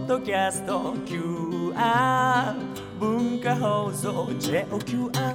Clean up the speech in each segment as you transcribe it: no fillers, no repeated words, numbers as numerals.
ドキャスト QR 文化放送 JOQR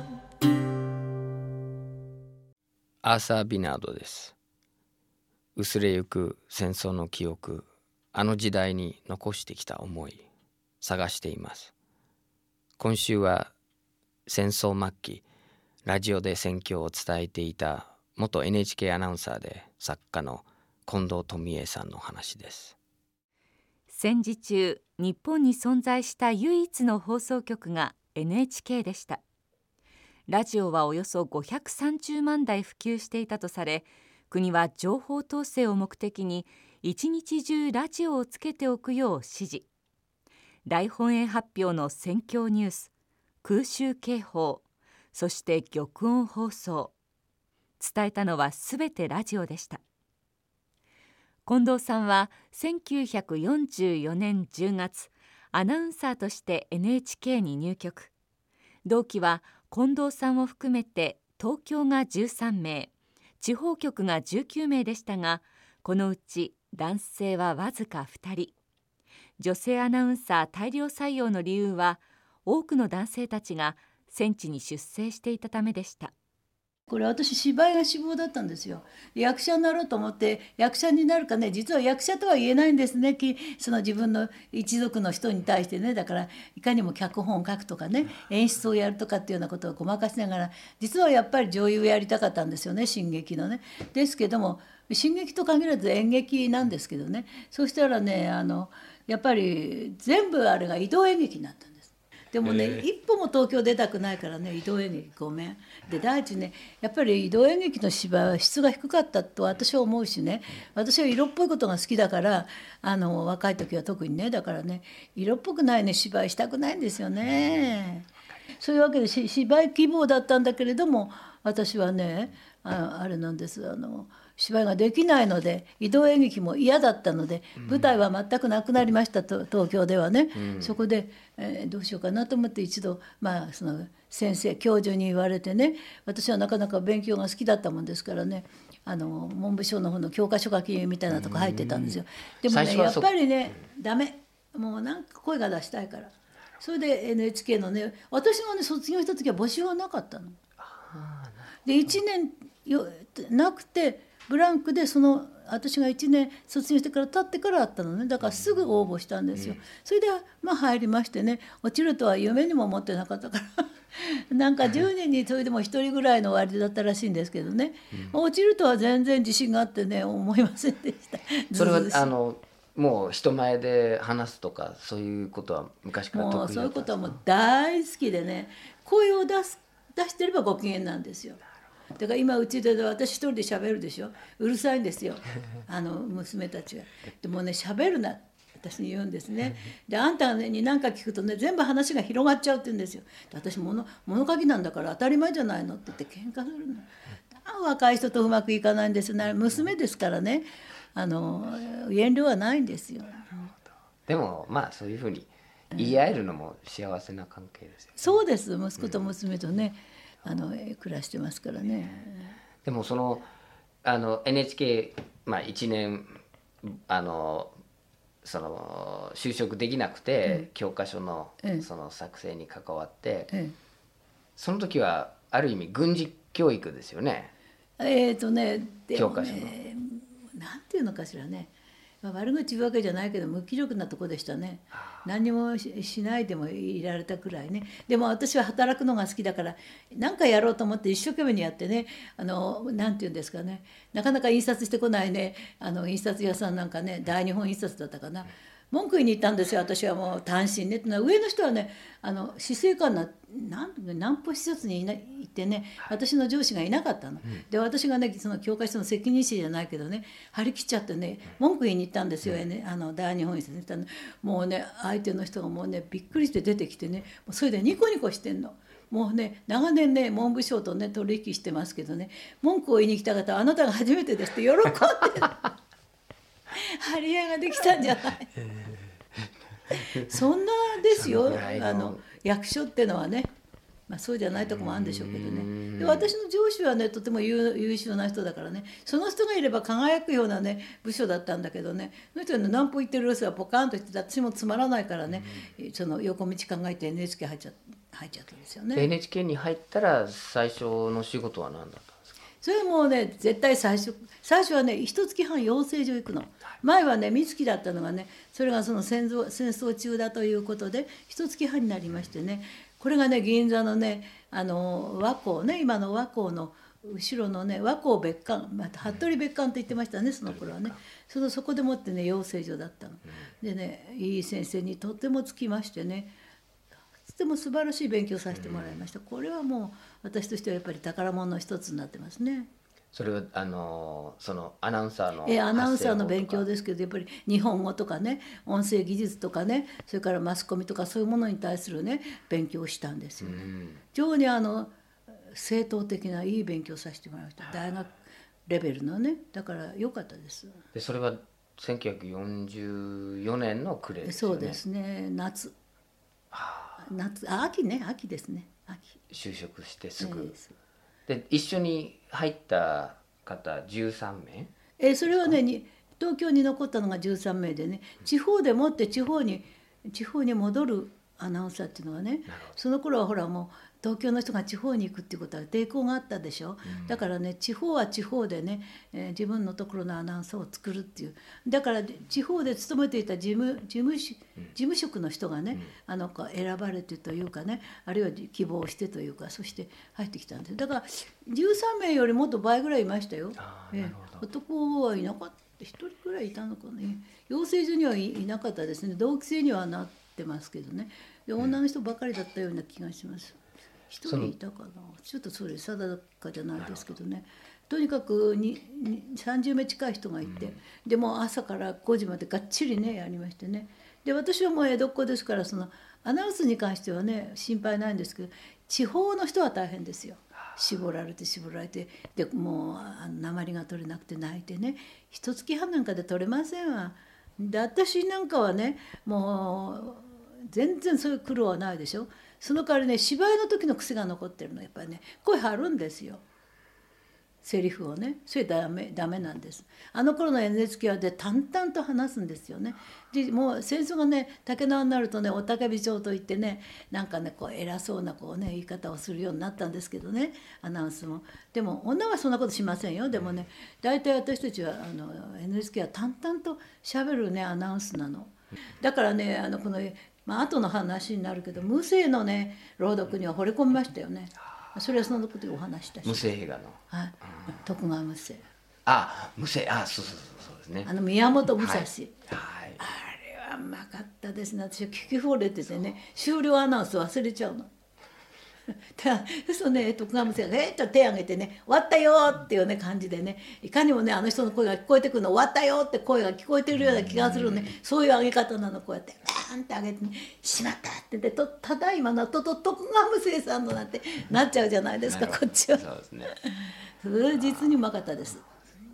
アーサー・ビナードです。薄れゆく戦争の記憶、あの時代に残してきた思い、探しています。今週は戦争末期、ラジオで戦況を伝えていた元 NHK アナウンサーで作家の近藤富恵さんの話です。 戦時中、日本に存在した唯一の放送局が NHK でした。ラジオはおよそ530万台普及していたとされ、国は情報統制を目的に一日中ラジオをつけておくよう指示。大本営発表の戦況ニュース、空襲警報、そして玉音放送。伝えたのはすべてラジオでした。近藤さんは1944年10月、アナウンサーとして NHK に入局。同期は近藤さんを含めて東京が13名、地方局が19名でしたが、このうち男性はわずか2人。女性アナウンサー大量採用の理由は、多くの男性たちが戦地に出征していたためでした。 これ私芝居が志望だったんですよ。役者になろうと思って役者になるかね、実は役者とは言えないんですね。その自分の一族の人に対してね、だからいかにも脚本を書くとかね、演出をやるとかっていうようなことをごまかしながら、実はやっぱり女優やりたかったんですよね、新劇のね。ですけども新劇と限らず演劇なんですけどね、そうしたらね、やっぱり全部あれが移動演劇になったんです。でもね、一歩も東京出たくないからね、移動演劇ごめん。で第一ね、やっぱり移動演劇の芝居は質が低かったと私は思うしね、私は色っぽいことが好きだから、若い時は特にね、だからね、色っぽくないね芝居したくないんですよね。そういうわけで芝居希望だったんだけれども、私はね、あれなんです、芝居ができないので、移動演劇も嫌だったので、舞台は全くなくなりましたと、東京ではね。そこで、どうしようかなと思って一度、その先生教授に言われてね、私はなかなか勉強が好きだったもんですからね、文部省の方の教科書書きみたいなとこ入ってたんですよ。でもね、やっぱりね、ダメ、もうなんか声が出したいから。それで NHK のね、私がね卒業した時は募集はなかったの。で1年なくてブランクで、私が1年卒業してから経ってからあったのね。だからすぐ応募したんですよ。それで入りましてね、落ちるとは夢にも思ってなかったからなんか10人にそれでも1人ぐらいの割だったらしいんですけどね、落ちるとは全然自信があってね、思いませんでした。 それはもう人前で話すとかそういうことは昔から得意だったんですか？ もうそういうことはもう大好きでね、声を出してればご機嫌なんですよ。だから今うちで私一人で喋るでしょ、うるさいんですよ娘たちが。でもね、喋るな私に言うんですね。であんたに何か聞くとね、全部話が広がっちゃうって言うんですよ。で私物書きなんだから当たり前じゃないのって言って喧嘩するの。若い人とうまくいかないんですよ。娘ですからね、遠慮はないんですよ。 でもそういうふうに言い合えるのも幸せな関係ですよね。 そうです、息子と娘とね、暮らしてますからね。 でもNHK、1年就職できなくて、教科書のその作成に関わって、その時はある意味軍事教育ですよね。 でも教科書のなんていうのかしらね、悪口言うわけじゃないけど無気力なとこでしたね。何もしないでもいられたくらいね。でも私は働くのが好きだから、何かやろうと思って一生懸命にやってね、なんていうんですかね、なかなか印刷してこないね、印刷屋さんなんかね、大日本印刷だったかな、文句言いに行ったんですよ。私はもう単身ねってのは、上の人はね、死生観南方施設に行ってね、私の上司がいなかったの。で私がね、その教科書の責任者じゃないけどね、張り切っちゃってね、文句言いに行ったんですよ、大日本印刷に行ったの。もうね、相手の人がもうねびっくりして出てきてね、もうそれでニコニコしてんの。もうね、長年ね文部省とね取引してますけどね、文句を言いに来た方はあなたが初めてですって喜んで張り合いができたんじゃない、そんなですよ、役所ってのはね。 まあ、そうじゃないとこもあるんでしょうけどね。で私の上司はねとても優秀な人だからね、その人がいれば輝くようなね部署だったんだけどね、その人はね南方行ってる様子はポカーンとしてて、私もつまらないからね、その横道考えて NHK 入っちゃったんですよね。 NHK に入ったら最初の仕事は何だったんですか？ それもうね絶対最初はね1月半養成所行くの。前はね三月だったのがね、それがその戦争中だということで1月半になりましてね、これがね銀座のね和光ね、今の和光の後ろのね和光別館、服部別館って言ってましたね、その頃はね。そこでもってね養成所だったの。でねいい先生にとてもつきましてね、とても素晴らしい勉強させてもらいました。これはもう私としてはやっぱり宝物の一つになってますね。 それはそのアナウンサーのアナウンサーの勉強ですけど、やっぱり日本語とかね音声技術とかね、それからマスコミとかそういうものに対するね勉強をしたんですよね。非常に正当的ないい勉強させてもらいました。大学レベルのね、だから良かったです。 でそれは1944年の暮れですよね。 そうですね、秋ですね。 就職してすぐ、で一緒に入った方13名？ それはね東京に残ったのが13名でね、地方でもって地方に戻るアナウンサーっていうのはね、その頃はほらもう東京の人が地方に行くっていうことは抵抗があったでしょ。だからね地方は地方でね、自分のところのアナウンサーを作るっていう、だから地方で勤めていた事務職の人がね選ばれてというかね、あるいは希望してというか、そして入ってきたんです。だから13名よりもっと倍ぐらいいましたよ。男はいなかった、1人ぐらいいたのかね。養成所にはいなかったですね。同期生にはなってますけどね。で女の人ばかりだったような気がします。1人いたかな、ちょっとそれ定かじゃないですけどね。とにかく30名近い人がいて、でも朝から5時までがっちりねやりましてね。で私はもう江戸っ子ですから、そのアナウンスに関してはね心配ないんですけど、地方の人は大変ですよ。絞られてでもう訛りが取れなくて泣いてね、1月半なんかで取れませんわ。で私なんかはねもう全然そういう苦労はないでしょ。その代わりね芝居の時の癖が残ってるのはやっぱりね声張るんですよ、セリフをね。それダメなんです。あの頃の NHK はで淡々と話すんですよね。でもう戦争がね竹縄になるとねおたけび町といってね、なんかねこう偉そうな言い方をするようになったんですけどね、アナウンスも。でも女はそんなことしませんよ。でもね大体私たちはNHK は淡々としゃべるねアナウンスなの。だからねこの後の話になるけど、無声のね朗読には惚れ込みましたよね。それはそのことでお話したし。 無声映画の。 はい、徳川無声。 無声、そうですね。 宮本武蔵。 はい。 あれはうまかったですね。私は聞き惚れててね、終了アナウンス忘れちゃうの。そうね、徳川無声がと手を挙げてね「終わったよ」っていうね感じでね、いかにもねあの人の声が聞こえてくるの、終わったよって声が聞こえてるような気がするね。そういう上げ方なの。こうやってバーンって上げてね「しまった」って言って「ただいまの徳川無声さんの」なんてなっちゃうじゃないですか、こっちは。 そうですね。 それ実にうまかったです。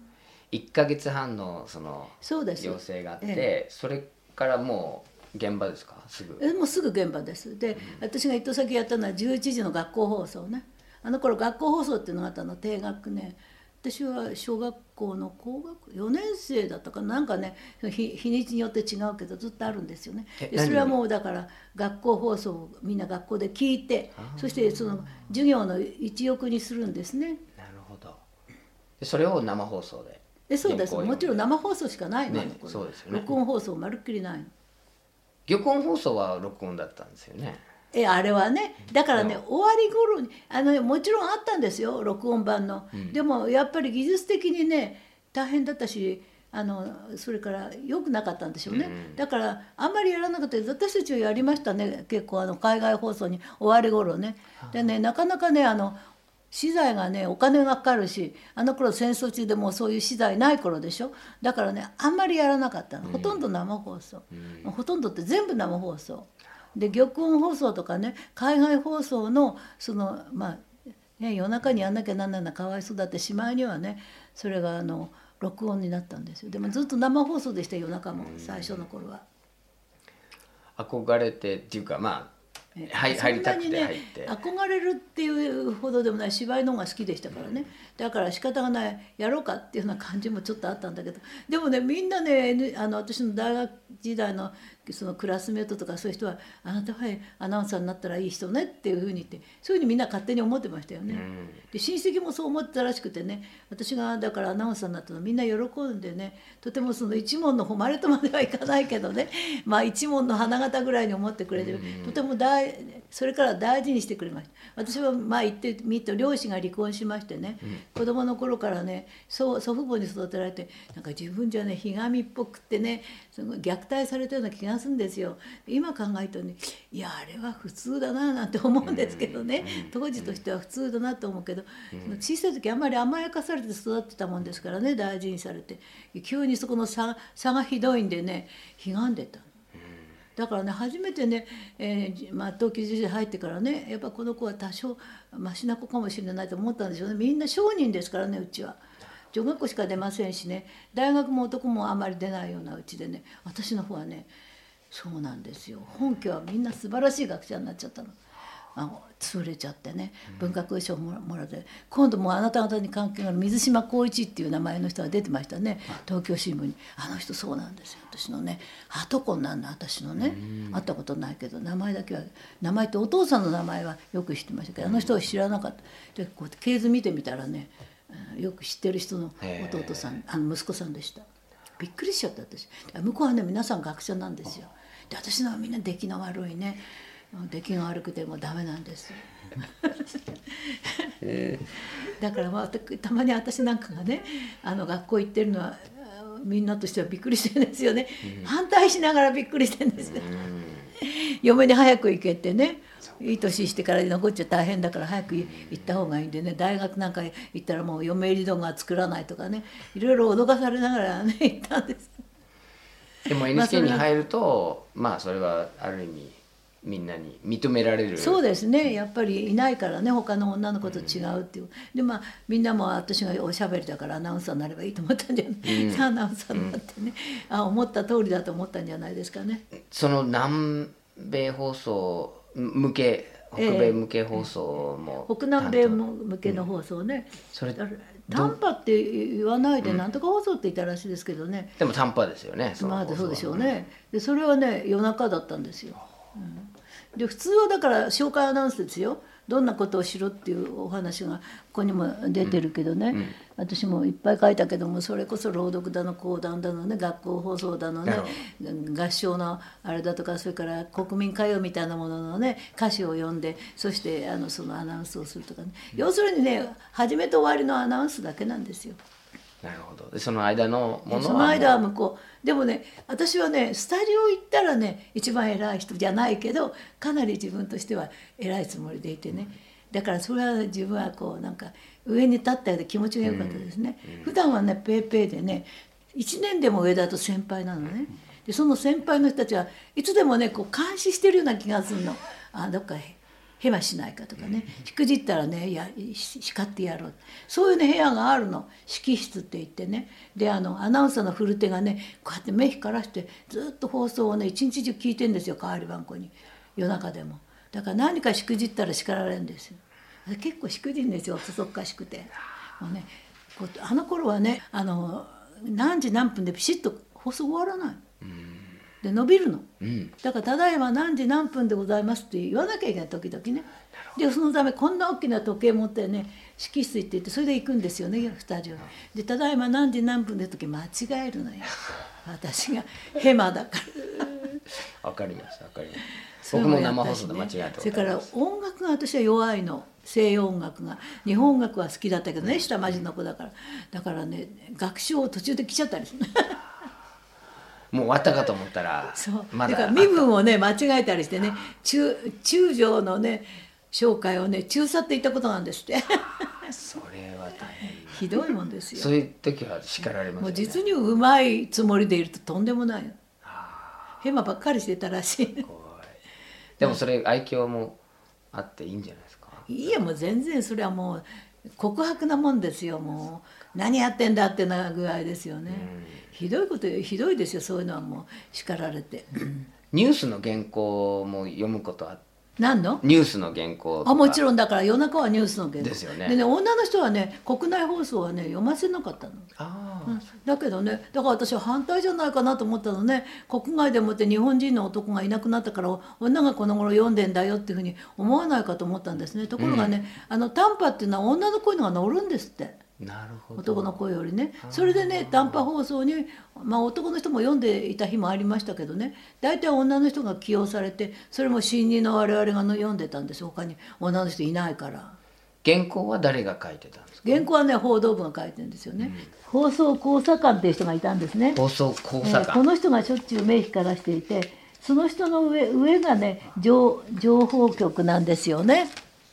1ヶ月半の養成があって、それからもう現場ですか？すぐ？ もうすぐ現場です。で私が糸先やったのは11時の学校放送ね。あの頃学校放送っていうのがあったの、低学ね。私は小学校の高学4年生だったかな、なんかね日にちによって違うけどずっとあるんですよね。でそれはもうだから学校放送をみんな学校で聞いて、そしてその授業の一翼にするんですね。 なるほど。でそれを生放送で。 そうです。もちろん生放送しかないの、 そうですよね。 録音放送まるっきりないの。 玉音放送は録音だったんですよね。 あれはね、だからね終わり頃にもちろんあったんですよ、録音版の。でもやっぱり技術的にね大変だったし、それから良くなかったんでしょうね。だからあんまりやらなかった。私たちはやりましたね、結構海外放送に終わり頃ね。でねなかなかね資材がねお金がかかるし、あの頃戦争中でもうそういう資材ない頃でしょ。だからねあんまりやらなかったの。ほとんど生放送、ほとんどって全部生放送で、玉音放送とかね海外放送の夜中にやんなきゃなんないのはかわいそうだって、しまいにはねそれが録音になったんですよ。でもずっと生放送でした、夜中も最初の頃は。 憧れてっていうか入りたくて入って、 憧れるっていうほどでもない芝居の方が好きでしたからね、だから仕方がないやろうかっていうような感じもちょっとあったんだけど、でもねみんなね私の大学時代のそのクラスメートとかそういう人は「あなたはアナウンサーになったらいい人ね」っていうふうに言って、そういうふうにみんな勝手に思ってましたよね。で親戚もそう思ってたらしくてね、私がだからアナウンサーになったのみんな喜んでね、とてもその一門の誉れとまではいかないけどね、まあ一門の花形ぐらいに思ってくれてる、とてもそれから大事にしてくれました。私はまあ言ってみると両親が離婚しましてね、子供の頃からね祖父母に育てられて、なんか自分じゃねひがみっぽくってね、その虐待されたような気がするんですよ。今考えるとね、いやあれは普通だななんて思うんですけどね、当時としては普通だなと思うけど、小さい時あんまり甘やかされて育ってたもんですからね、大事にされて、急にそこの差がひどいんでね、ひがんでた。だからね初めてね、東京時代入ってからね、やっぱこの子は多少マシな子かもしれないと思ったんでしょうね。みんな商人ですからね、うちは女学校しか出ませんしね、大学も男もあまり出ないようなうちでね、私の方はねそうなんですよ、本家はみんな素晴らしい学者になっちゃったの。潰れちゃってね、文学賞もらって、今度もうあなた方に関係がある水島光一っていう名前の人が出てましたね、東京新聞に。あの人そうなんですよ、私のねはとこになるの、私のね、会ったことないけど名前ってお父さんの名前はよく知ってましたけど、あの人は知らなかった。でこう系図見てみたらね、よく知ってる人の弟さん、息子さんでした。びっくりしちゃった私。向こうはね皆さん学者なんですよ。で私のはみんな出来の悪いね、出来が悪くてもダメなんですだからまあたまに私なんかがね学校行ってるのはみんなとしてはびっくりしてるんですよね、反対しながらびっくりしてるんですよ嫁に早く行けってね、いい年してから残っちゃ大変だから早く行った方がいいんでね、大学なんか行ったらもう嫁入り動画作らないとかね、いろいろ脅かされながらね行ったんです。 でも NHK に入るとまあそれはある意味みんなに認められる。 そうですね、やっぱりいないからね、他の女の子と違うっていう、でまあみんなも私がおしゃべりだからアナウンサーになればいいと思ったんじゃない、アナウンサーになってね、思った通りだと思ったんじゃないですかね。 その南米放送向け、北米向け放送も、 北南米向けの放送ね、それ短波って言わないでなんとか放送って言ったらしいですけどね、 でも短波ですよね。 まあそうでしょうね。でそれはね夜中だったんですよ。で普通はだから紹介アナウンスですよ、どんなことをしろっていうお話がここにも出てるけどね、私もいっぱい書いたけども、それこそ朗読だの講談だのね、学校放送だのね、合唱のあれだとか、それから国民歌謡みたいなもののね歌詞を読んで、そしてそのアナウンスをするとかね、要するにね始めと終わりのアナウンスだけなんですよ。 なるほど。でその間のものはその間は向こうでもね、私はねスタジオ行ったらね一番偉い人じゃないけど、かなり自分としては偉いつもりでいてね、だからそれは自分はこうなんか上に立ったようで気持ちが良かったですね。普段はねペーペーでね、1年でも上だと先輩なのね。でその先輩の人たちはいつでもねこう監視してるような気がするの。どっかヘマしないかとかね、しくじったらね叱ってやろう、そういうね部屋があるの、指揮室って言ってね。でアナウンサーの古手がねこうやって目光らしてずっと放送をね一日中聞いてんですよ、代わり番号に、夜中でも。だから何かしくじったら叱られるんですよ。結構しくじるんですよ、そそっかしくて。もうねあの頃はね何時何分でピシッと放送終わらない。で伸びるの、だから「ただいま何時何分でございます」って言わなきゃいけない、時々ね。でそのためこんな大きな時計持ってね指揮室行って言って、それで行くんですよねスタジオで。ただいま何時何分で時間違えるのよ私がヘマだからわかりますわかります。僕も生放送で間違えた。 それから音楽が私は弱いの、西洋音楽が。日本音楽は好きだったけどね、下町の子だから。だからね楽章を途中で来ちゃったりするもう終わったかと思ったら、 そうまだだから身分をね間違えたりしてね、中将のね紹介をね中佐って言ったことなんですってそれは大変ひどいもんですよ。 そういう時は叱られますよね。 もう実にうまいつもりでいるととんでもないの。ヘマばっかりしてたらしいでもそれ愛嬌もあっていいんじゃないですか。 いやもう全然それはもう告白なもんですよ。もう何やってんだってな具合ですよね。ひどいことひどいですよ、そういうのはもう叱られてニュースの原稿も読むことあっ何のニュースの原稿とか。 もちろんだから夜中はニュースの原稿ですよね。 でね、女の人はね国内放送はね読ませなかったの。だけどね、だから私は反対じゃないかなと思ったのね。国外でもって日本人の男がいなくなったから女がこの頃読んでんだよっていうふうに思わないかと思ったんですね。ところがね、短波っていうのは女の声のが乗るんですって。 なるほど。 男の声よりね。それでね短波放送に、男の人も読んでいた日もありましたけどね、大体女の人が起用されて、それも新任の我々が読んでたんです。他に女の人いないから。 原稿は誰が書いてたんですか？ 原稿はね報道部が書いてるんですよね。放送考査官っていう人がいたんですね。 放送考査官。 この人がしょっちゅう目光らしていて、その人の上がね情報局なんですよね。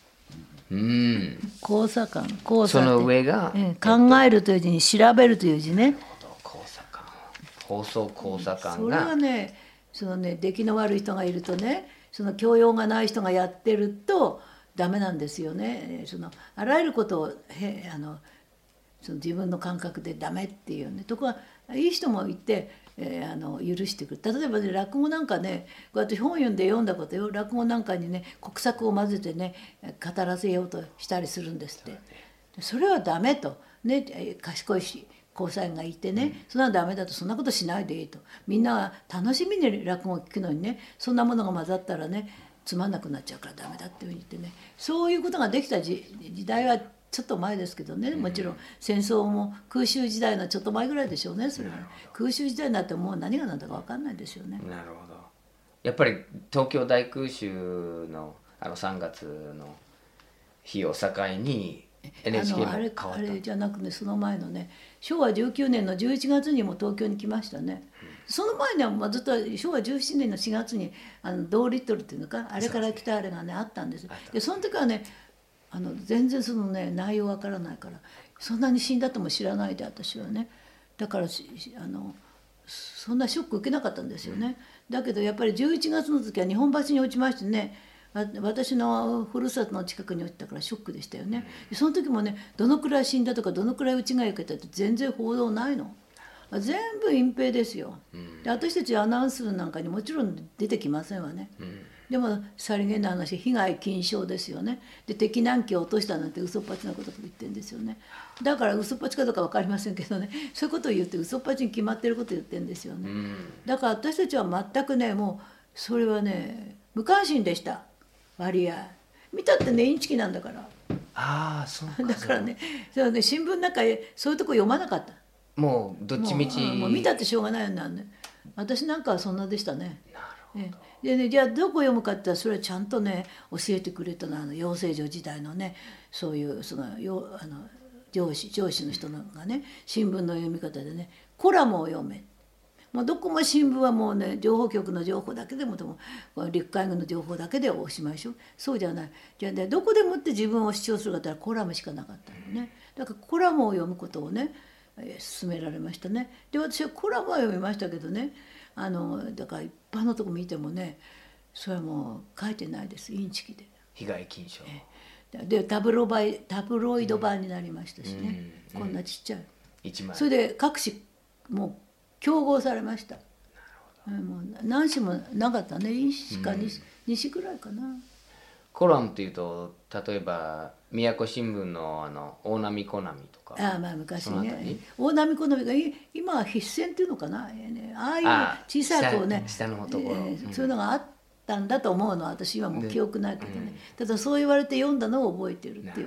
考査官、考査ってその上が、 考えるという字に調べるという字ね。 考査官、放送考査官が、 それはね、出来の悪い人がいるとね、その教養がない人がやってるとダメなんですよね。あらゆることを自分の感覚でダメっていうねとこはいい人もいて、許してくる。例えばね落語なんかね、こうやって本読んだことよ。落語なんかにね国策を混ぜてね語らせようとしたりするんですって。それはダメとね、賢い交際員がいてね、そんなのダメだと、そんなことしないでいいと。みんなは楽しみに落語を聞くのにね、そんなものが混ざったらねつまんなくなっちゃうからダメだっていうふうに言ってね、そういうことができた時代はちょっと前ですけどね。もちろん戦争も空襲時代のちょっと前ぐらいでしょうね。それは空襲時代になってもう何が何だか分かんないですよね。 なるほど。やっぱり東京大空襲の3月の日を境に NHK も変わった。 あれじゃなくね、その前のね昭和19年の11月にも東京に来ましたね。その前にはずっと昭和17年の4月に同リットルっていうのか、あれから来たあれがねあったんです。でその時はね全然内容わからないから、そんなに死んだとも知らないで私はね。だからそんなショック受けなかったんですよね。だけどやっぱり11月の時は日本橋に落ちましてね、私のふるさとの近くに落ちたからショックでしたよね。その時もねどのくらい死んだとかどのくらい家が焼けたって全然報道ないの。全部隠蔽ですよ。で私たちアナウンスなんかにもちろん出てきませんわね。でもさりげな話、被害禁止ですよね。で敵難機を落としたなんて嘘っぱちなことを言ってるんですよね。だから嘘っぱちかどうか分かりませんけどね、そういうことを言って嘘っぱちに決まってることを言ってるんですよね。だから私たちは全くねもうそれはね無関心でした。割合見たってねインチキなんだから。 そうか。 だからね新聞なんかそういうとこ読まなかった。 もうどっちみちもう見たってしょうがないよね。私なんかはそんなでしたね。でね、じゃあどこ読むかって言ったらそれはちゃんとね教えてくれたの養成所時代のね、そういう上司の人がね新聞の読み方でねコラムを読め。もうどこも新聞はもうね情報局の情報だけでも陸海軍の情報だけでおしまいでしょ。そうじゃない。じゃあねどこでもって自分を主張するかって言ったらコラムしかなかったのね。だからコラムを読むことをね勧められましたね。で私はコラムは読みましたけどね、だから一般のとこ見てもねそれはもう書いてないです。インチキで被害禁止でタブロイド版になりましたしね、こんなちっちゃい 1枚。 それで各紙もう競合されました。もう何紙もなかったね。1紙か2紙ぐらいかな。 コラムっていうと例えば宮古新聞の大波小波とか。 昔ね大波小波が今は筆箋っていうのかな、ああいう小さい下のところ、 そういうのがあったんだと思うのは私今もう記憶ないけどね、ただそう言われて読んだのを覚えてるっていう。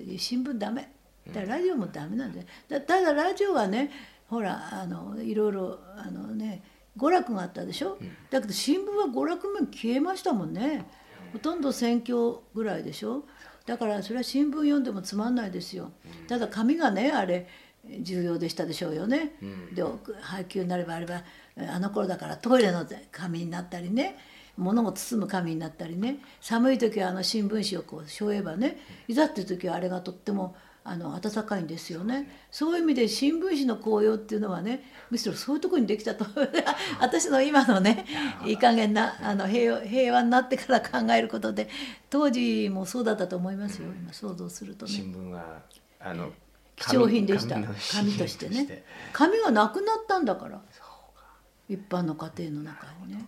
で新聞ダメだからラジオもダメなんだよ。ただラジオはねほらいろいろ娯楽があったでしょ。だけど新聞は娯楽面消えましたもんね。ほとんど選挙ぐらいでしょ。だからそれは新聞読んでもつまんないですよ。ただ紙がねあれ重要でしたでしょうよね。で配給になればあの頃だからトイレの紙になったりね、物を包む紙になったりね、寒い時は新聞紙を背負えばね、いざっていう時はあれがとっても暖かいんですよね。そういう意味で新聞紙の効用っていうのはねむしろそういうところにできたと私の今のねいい加減な平和になってから考えることで、当時もそうだったと思いますよ。今想像するとね新聞は貴重品でした。紙としてね紙がなくなったんだから一般の家庭の中にね。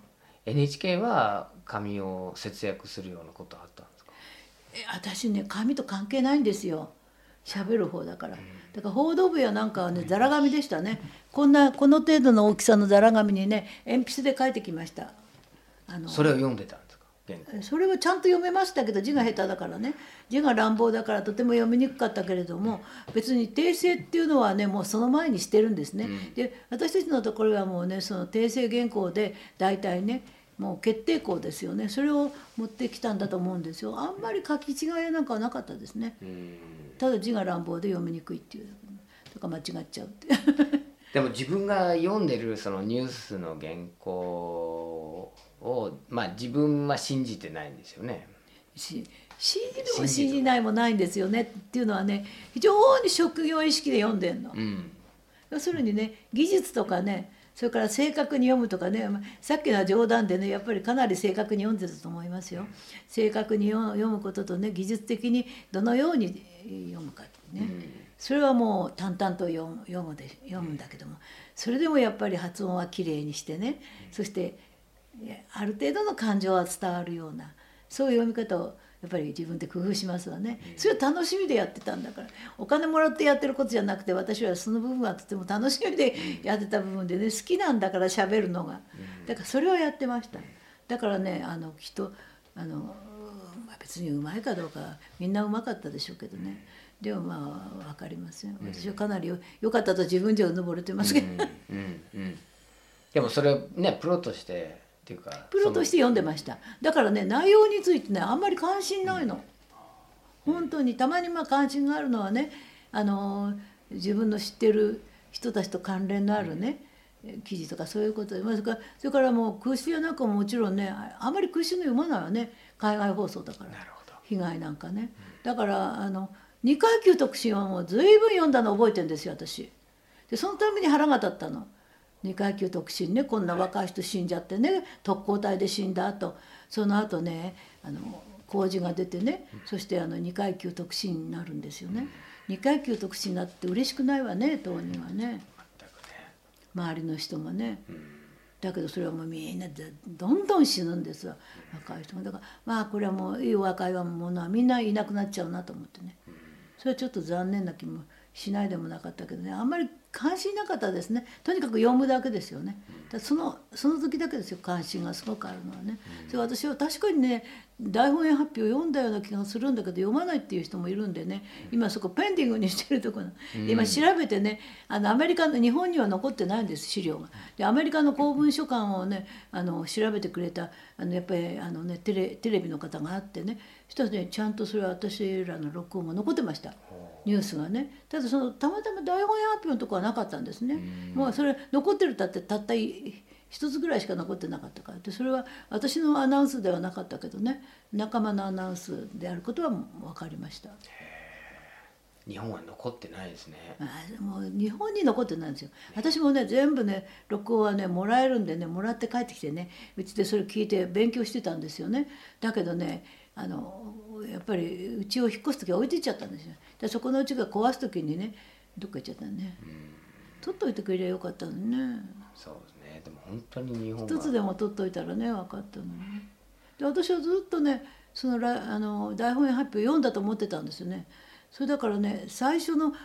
NHK は紙を節約するようなことあったんですか？ 私ね紙と関係ないんですよ、喋る方だから。だから報道部やなんかはねざら紙でしたね。この程度の大きさのざら紙にね鉛筆で書いてきました。 それを読んでたんですか？ それはちゃんと読めましたけど字が下手だからね、字が乱暴だからとても読みにくかったけれども、別に訂正っていうのはねもうその前にしてるんですね。で私たちのところはもうねその訂正原稿で大体ねもう決定稿ですよね、それを持ってきたんだと思うんですよ。あんまり書き違いなんかはなかったですね。ただ字が乱暴で読みにくいっていうとか間違っちゃうってでも自分が読んでるそのニュースの原稿を自分は信じてないんですよね。 信じるも信じないもないんですよねっていうのはね非常に職業意識で読んでんの。要するにね技術とかねそれから正確に読むとかね、さっきのは冗談でねやっぱりかなり正確に読んでると思いますよ。正確に読むこととね技術的にどのように読むかね、それはもう淡々と読むんだけども、それでもやっぱり発音はきれいにしてね、そしてある程度の感情は伝わるようなそういう読み方をやっぱり自分で工夫しますわね。それは楽しみでやってたんだから、お金もらってやってることじゃなくて、私はその部分はとても楽しみでやってた部分でね好きなんだから喋るのが、だからそれをやってました。だからねきっと別にうまいかどうかみんなうまかったでしょうけどね、でも分かりません。私はかなり良かったと自分じゃうぬぼれてますけどでもそれねプロとしてっていうかプロとして読んでました。だからね内容についてねあんまり関心ないの。本当にたまに関心があるのはね自分の知ってる人たちと関連のあるね、記事とかそういうことで、それからもう空襲やなんかももちろんねあんまり空襲の読まないわね、海外放送だから。被害なんかね。だから二階級特進はもう随分読んだの覚えてるんですよ私。でそのために腹が立ったの。二階級特進ねこんな若い人死んじゃってね、特攻隊で死んだ後その後ね工事が出てね、そして二階級特進になるんですよね。二階級特進になって嬉しくないわね当人はね、周りの人もね。だけどそれはもうみんなでどんどん死ぬんですわ若い人も。だからこれはもういい若い者はみんないなくなっちゃうなと思ってね、それはちょっと残念な気もしないでもなかったけどね、あんまり関心なかったですね。とにかく読むだけですよね。だその時だけですよ関心がすごくあるのはね。それ私は確かにね大本営発表を読んだような気がするんだけど読まないっていう人もいるんでね、今そこペンディングにしてるところで今調べてねアメリカの日本には残ってないんです資料が。でアメリカの公文書館をね調べてくれたやっぱりテレビの方があってね、そしたらねちゃんとそれは私らの録音が残ってましたニュースがね。ただたまたま大本営発表のとこはなかったんですね。もうそれ残ってるたってたった一つぐらいしか残ってなかったからで、それは私のアナウンスではなかったけどね仲間のアナウンスであることは分かりました。 日本は残ってないですね。 もう日本に残ってないんですよ。私もね全部ね録音はねもらえるんでねもらって帰ってきてねうちでそれ聞いて勉強してたんですよね。だけどねやっぱり家を引っ越す時は置いていっちゃったんですよ。でそこの家が壊す時にねどっか行っちゃったね。取っといてくれりゃよかったのにね。 そうですね。でも本当に日本は一つでも取っといたらね分かったのに。で私はずっとねその大本営発表読んだと思ってたんですよね。それだからね最初の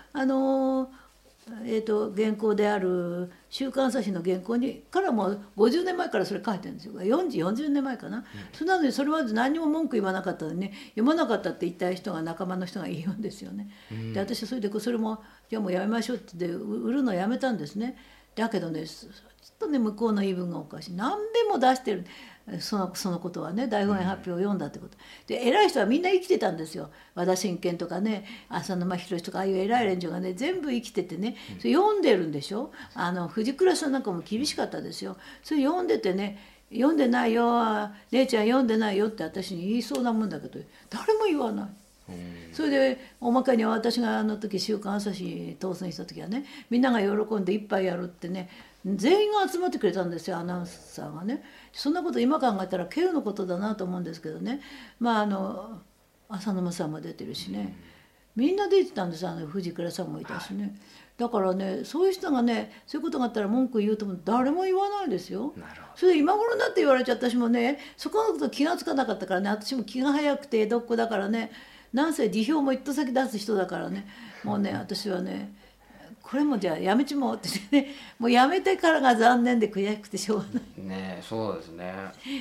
原稿である「週刊朝日」の原稿からもう50年前からそれ書いてるんですよ。40年前かな。それなのにそれまで何にも文句言わなかったのにね読まなかったって言った人が仲間の人が言うんですよね。で私はそれでそれもじゃあもうやめましょうって言って売るのやめたんですね。だけどねちょっとね向こうの言い分がおかしい。何べんも出してるそのことはね大本営発表を読んだってことで、偉い人はみんな生きてたんですよ。和田信賢とかね浅沼宏とかああいう偉い連中がね全部生きててねそれ読んでるんでしょ。藤倉さんなんかも厳しかったですよ。それ読んでてね読んでないよ姉ちゃん読んでないよって私に言いそうなもんだけど誰も言わない。それでおまけに私が時週刊朝日当選した時はねみんなが喜んで一杯やるってね全員が集まってくれたんですよアナウンサーがね。そんなこと今考えたら稀有のことだなと思うんですけどね。浅沼さんも出てるしねみんな出てたんです。藤倉さんもいたしね、だからね、そういう人がね、そういうことがあったら文句言うとも誰も言わないですよ。 なるほそれで今頃になって言われちゃった私もね、そこのこと気がつかなかったからね、私も気が早くて江戸っ子だからね、なんせ辞表も一途先出す人だからね、もうね私はね、これもじゃあやめちまおうって言ってね、もうやめてからが残念で悔しくてしょうがない。 どね。そうですね。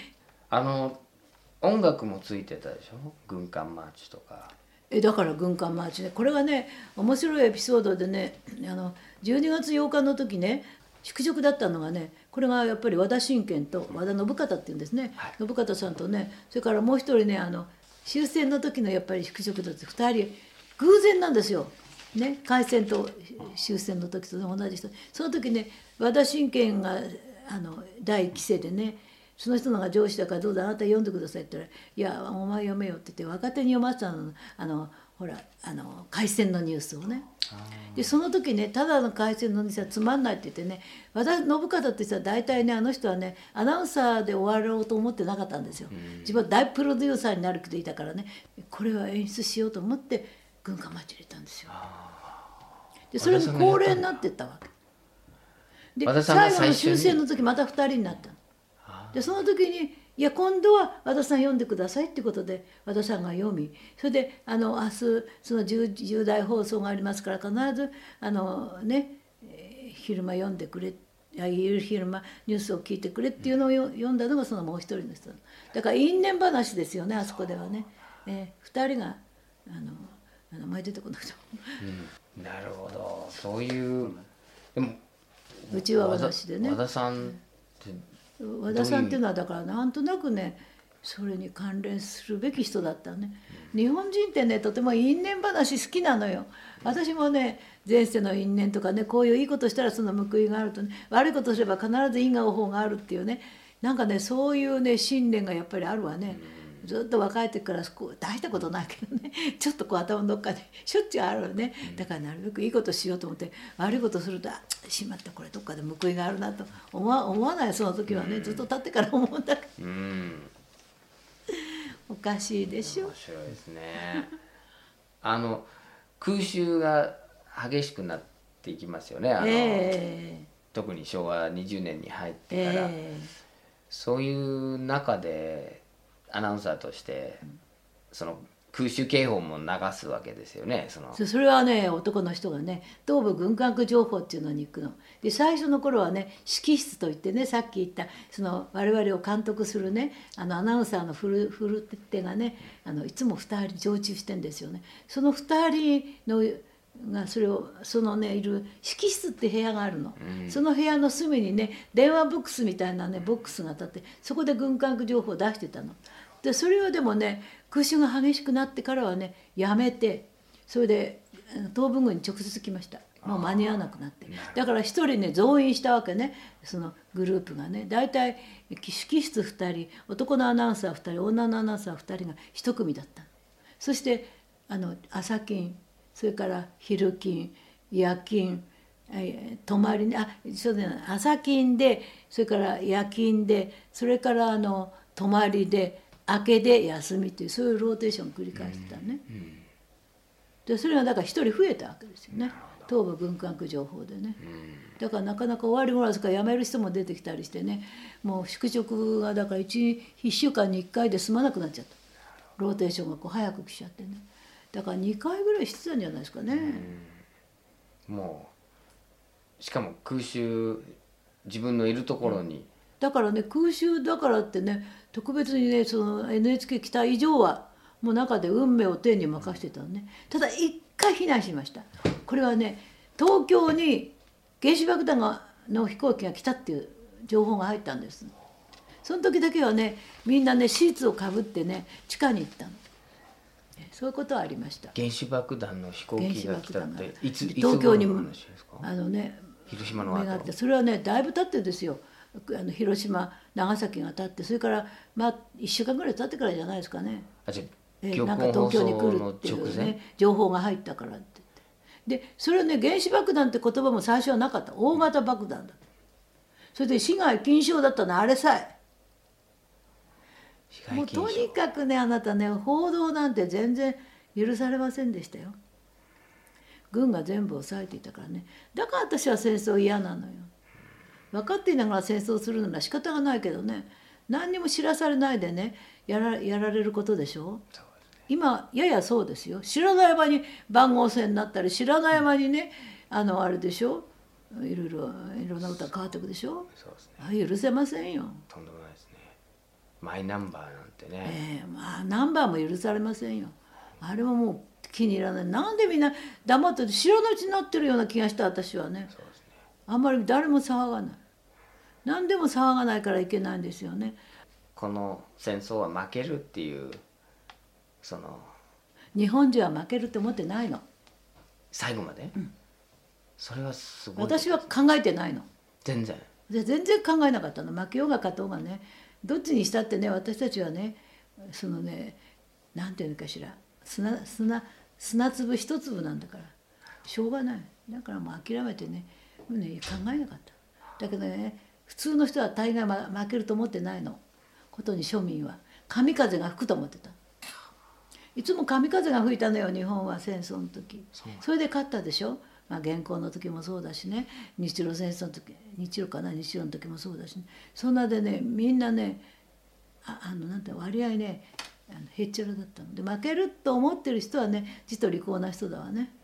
音楽もついてたでしょ、軍艦マーチとか。 だから軍艦マーチね、これがね面白いエピソードでね、12月8日の時ね、宿直だったのがね、これがやっぱり和田信賢と和田信方っていうんですね、 はい、 信方さんとね、それからもう一人ね、終戦の時のやっぱり宿直だって2人偶然なんですよ、ね、開戦と終戦の時と同じ人。その時ね、和田信賢が第一期生でね、その人のが上司だからどうぞあなた読んでくださいって言ったら「いやお前読めよ」って言って若手に読ませたの、ほら開戦のニュースをね。でその時ね、ただの開戦のニュースはつまんないって言ってね、和田信方って人は大体ね、あの人はねアナウンサーで終わろうと思ってなかったんですよ。自分は大プロデューサーになる気でいたからね、これは演出しようと思って軍艦マーチ入れたんですよ。でそれも恒例になってったわけで、最後の終戦の時また2人になったの。でその時に「いや今度は和田さん読んでください」ってことで和田さんが読み、それで明日その重大放送がありますから必ず昼間読んでくれ、昼間ニュースを聞いてくれっていうのを読んだのがそのもう一人の人だから因縁話ですよね、あそこではね。2人が名前出てこなくても、 なるほど、そういう。でもうちは私でね、 和田さんって和田さんっていうのはだからなんとなくね、それに関連するべき人だったね。日本人ってねとても因縁話好きなのよ。私もね前世の因縁とかね、こういういいことしたらその報いがあるとね、悪いことすれば必ず因果応報があるっていうね、なんかねそういうね信念がやっぱりあるわね。ずっと若い時から大したことないけどね、ちょっとこう頭のどっかでしょっちゅうあるね。だからなるべくいいことしようと思って、悪いことするとしまったこれどっかで報いがあるなと思わない。その時はねずっと経ってから思うんだけど、おかしいでしょ。 面白いですね。空襲が激しくなっていきますよね。特に昭和20年に入ってから、そういう中でアナウンサーとしてその空襲警報も流すわけですよね。 それはね男の人がね東部軍管区情報っていうのに行くので、最初の頃はね指揮室といってね、さっき言ったその我々を監督するねアナウンサーのフル手がねいつも2人常駐してんですよね。その2人のがそのねいる指揮室って部屋があるの、その部屋の隅にね電話ボックスみたいなねボックスが立って、そこで軍管区情報を出してたの。でそれはでもね空襲が激しくなってからはねやめて、それで東部軍に直接来ました。もう間に合わなくなって、だから一人ね増員したわけね、そのグループがね。大体指揮室2人、男のアナウンサー2人、女のアナウンサー2人が1組だった。そして朝勤、それから昼勤、夜勤、泊まりそうだね、朝勤で、それから夜勤で、それから泊まりで、明けで休みという、そういうローテーションを繰り返してたね。でそれがだから一人増えたわけですよね、東部軍管区情報でね。だからなかなか終わり頃ですから辞める人も出てきたりしてね、もう宿直がだから1週間に1回で済まなくなっちゃった。ローテーションがこう早く来ちゃってね。だから2回ぐらいしてたんじゃないですかね。 もうしかも空襲、自分のいるところに、 だからね空襲だからってね特別にねその NHK 来た以上はもう中で運命を天に任せてたのね。ただ一回避難しました。これはね東京に原子爆弾の飛行機が来たっていう情報が入ったんです。その時だけはねみんなねシーツをかぶってね地下に行ったの。そういうことはありました。 原子爆弾の飛行機が来たって東京にも広島の後があって、それはねだいぶ経ってですよ。広島長崎が経って、それから1週間ぐらい経ってからじゃないですかね。なんか東京に来るっていうね情報が入ったからって言って、でそれはね原子爆弾って言葉も最初はなかった。大型爆弾だ。それで市外禁止法だったのあれさえ。もうとにかくねあなたね報道なんて全然許されませんでしたよ。 軍が全部抑えていたからね。だから私は戦争嫌なのよ。分かっていながら戦争するのは仕方がないけどね、何にも知らされないでねやられることでしょ。今ややそうですよ。知らない間に番号戦になったり、知らない間にねあれでしょ、いろんな歌変わっていくでしょ。 そうですね。 あ許せませんよ。 とんでもないですね。マイナンバーなんてね。 まあナンバーも許されませんよ。あれはもう気に入らない。なんでみんな黙ってて知らないうちになってるような気がした私はね。 そうですね。 あんまり誰も騒がない。何でも騒がないからいけないんですよね。 この戦争は負けるっていう日本人は負けるって思ってないの。 最後まで、それはすごい。 私は考えてないの。 全然考えなかったの。負けようが勝とうがね、どっちにしたってね、私たちはねなんていうのかしら、砂粒一粒なんだからしょうがない。だからもう諦めてね考えなかった。だけどね普通の人は大概負けると思ってないのことに、庶民は神風が吹くと思ってた。いつも神風が吹いたのよ日本は戦争の時。それで勝ったでしょ。元寇の時もそうだしね、日露戦争の時、日露の時もそうだしね。そんなでねみんなねなんて割合ねへっちゃらだったので、負けると思ってる人はねちと利口な人だわね。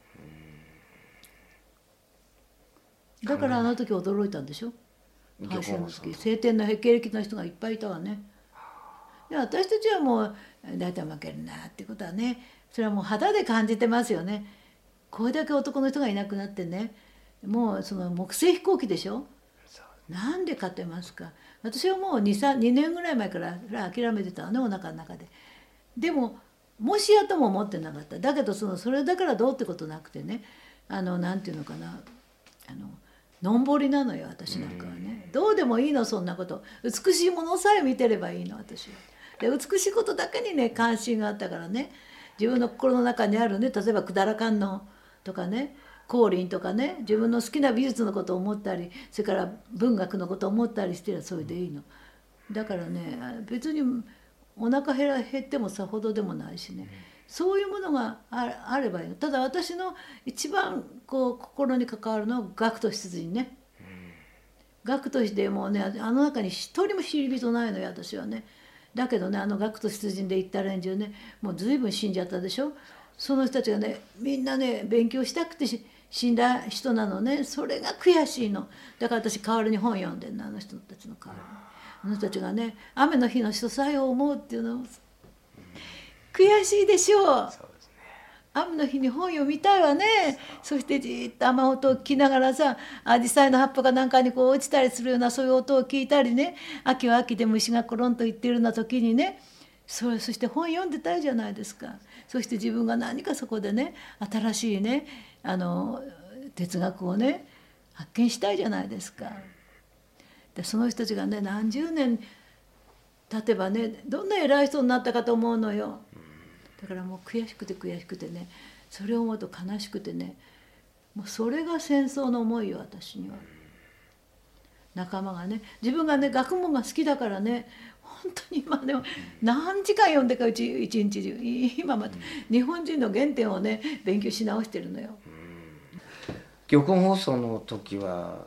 だからあの時驚いたんでしょ。敗戦の時晴天の経歴の人がいっぱいいたわね。で私たちはもう大体負けるなってことはね、それはもう肌で感じてますよね。これだけ男の人がいなくなってね、もう木星飛行機でしょ。なんで勝てますか。私はもう2年ぐらい前から諦めてたのね、お腹の中で。でももしやとも思ってなかった。だけどそれだからどうってことなくてね、なんていうのかな、のんぼりなのよ私なんかはね。どうでもいいのそんなこと。美しいものさえ見てればいいの私は。で美しいことだけにね関心があったからね、自分の心の中にあるね、例えば百済観音とかね、光琳とかね、自分の好きな美術のことを思ったり、それから文学のことを思ったりしてりゃそれでいいの。だからね別にお腹減ってもさほどでもないしね、そういうものがあればいいの。ただ私の一番心に関わるのは学徒出陣ね。学徒してもうね中に一人も知り人ないのよ私はね。だけどね学徒出陣で行った連中ねもう随分死んじゃったでしょ。その人たちがねみんなね勉強したくて死んだ人なのね。それが悔しいの。だから私代わりに本読んでんの、あの人たちの代わりに。あの人たちがね雨の日の人さえを思うっていうの悔しいでしょう。雨の日に本読みたいわね。そしてじっと雨音を聞きながらさ、アジサイの葉っぱがなんかに落ちたりするようなそういう音を聞いたりね、秋は秋で虫がコロンと言ってるような時にね、そして本読んでたいじゃないですか。そして自分が何かそこでね新しいね哲学をね発見したいじゃないですか。でその人たちがね何十年経てばねどんな偉い人になったかと思うのよ。だからもう悔しくてね、それを思うと悲しくてね、もうそれが戦争の思いよ私には。仲間がね、自分がね学問が好きだからね、本当に今でも何時間読んでか一日中今まで日本人の原点をね勉強し直してるのよ。 玉音放送の時は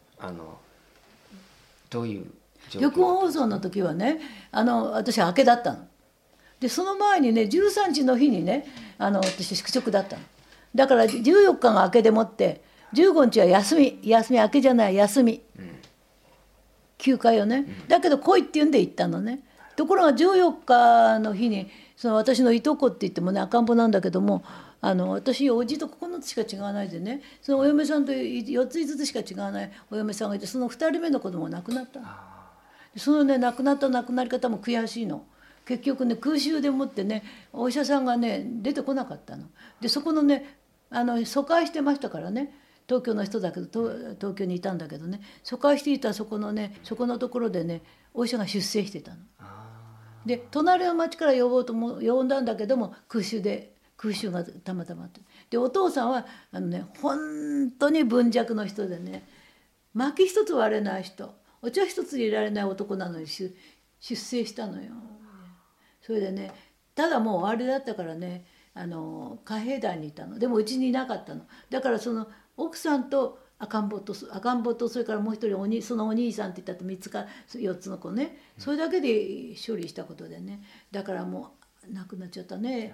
どういう状況？ 玉音放送の時はね私は明けだったの。でその前にね13日の日にね私宿直だったの。だから14日が明けでもって15日は休み明けじゃない休み、休暇よね。だけど来いって言うんで行ったのね。ところが14日の日に私のいとこって言ってもね赤ん坊なんだけども私おじと9つしか違わないでね、そのお嫁さんと4つ5つしか違わないお嫁さんがいて、その2人目の子供が亡くなったの。そのね亡くなり方も悔しいの。結局ね空襲でもってねお医者さんがね出てこなかったの。でそこのね疎開してましたからね、東京の人だけど東京にいたんだけどね、疎開していたそこのところでねお医者が出征してたの。で隣の町から呼んだんだけども空襲がたまたまあって、でお父さんは本当に文弱の人でね、薪一つ割れない人、お茶一つ入れられない男なのに出征したのよ。それでねただもう終わりだったからね海兵団にいたの。でもうちにいなかったの。だからその奥さんと赤ん坊とそれからもう一人そのお兄さんって言ったって3つか4つの子ね、それだけで処理したことでね。だからもう亡くなっちゃったね。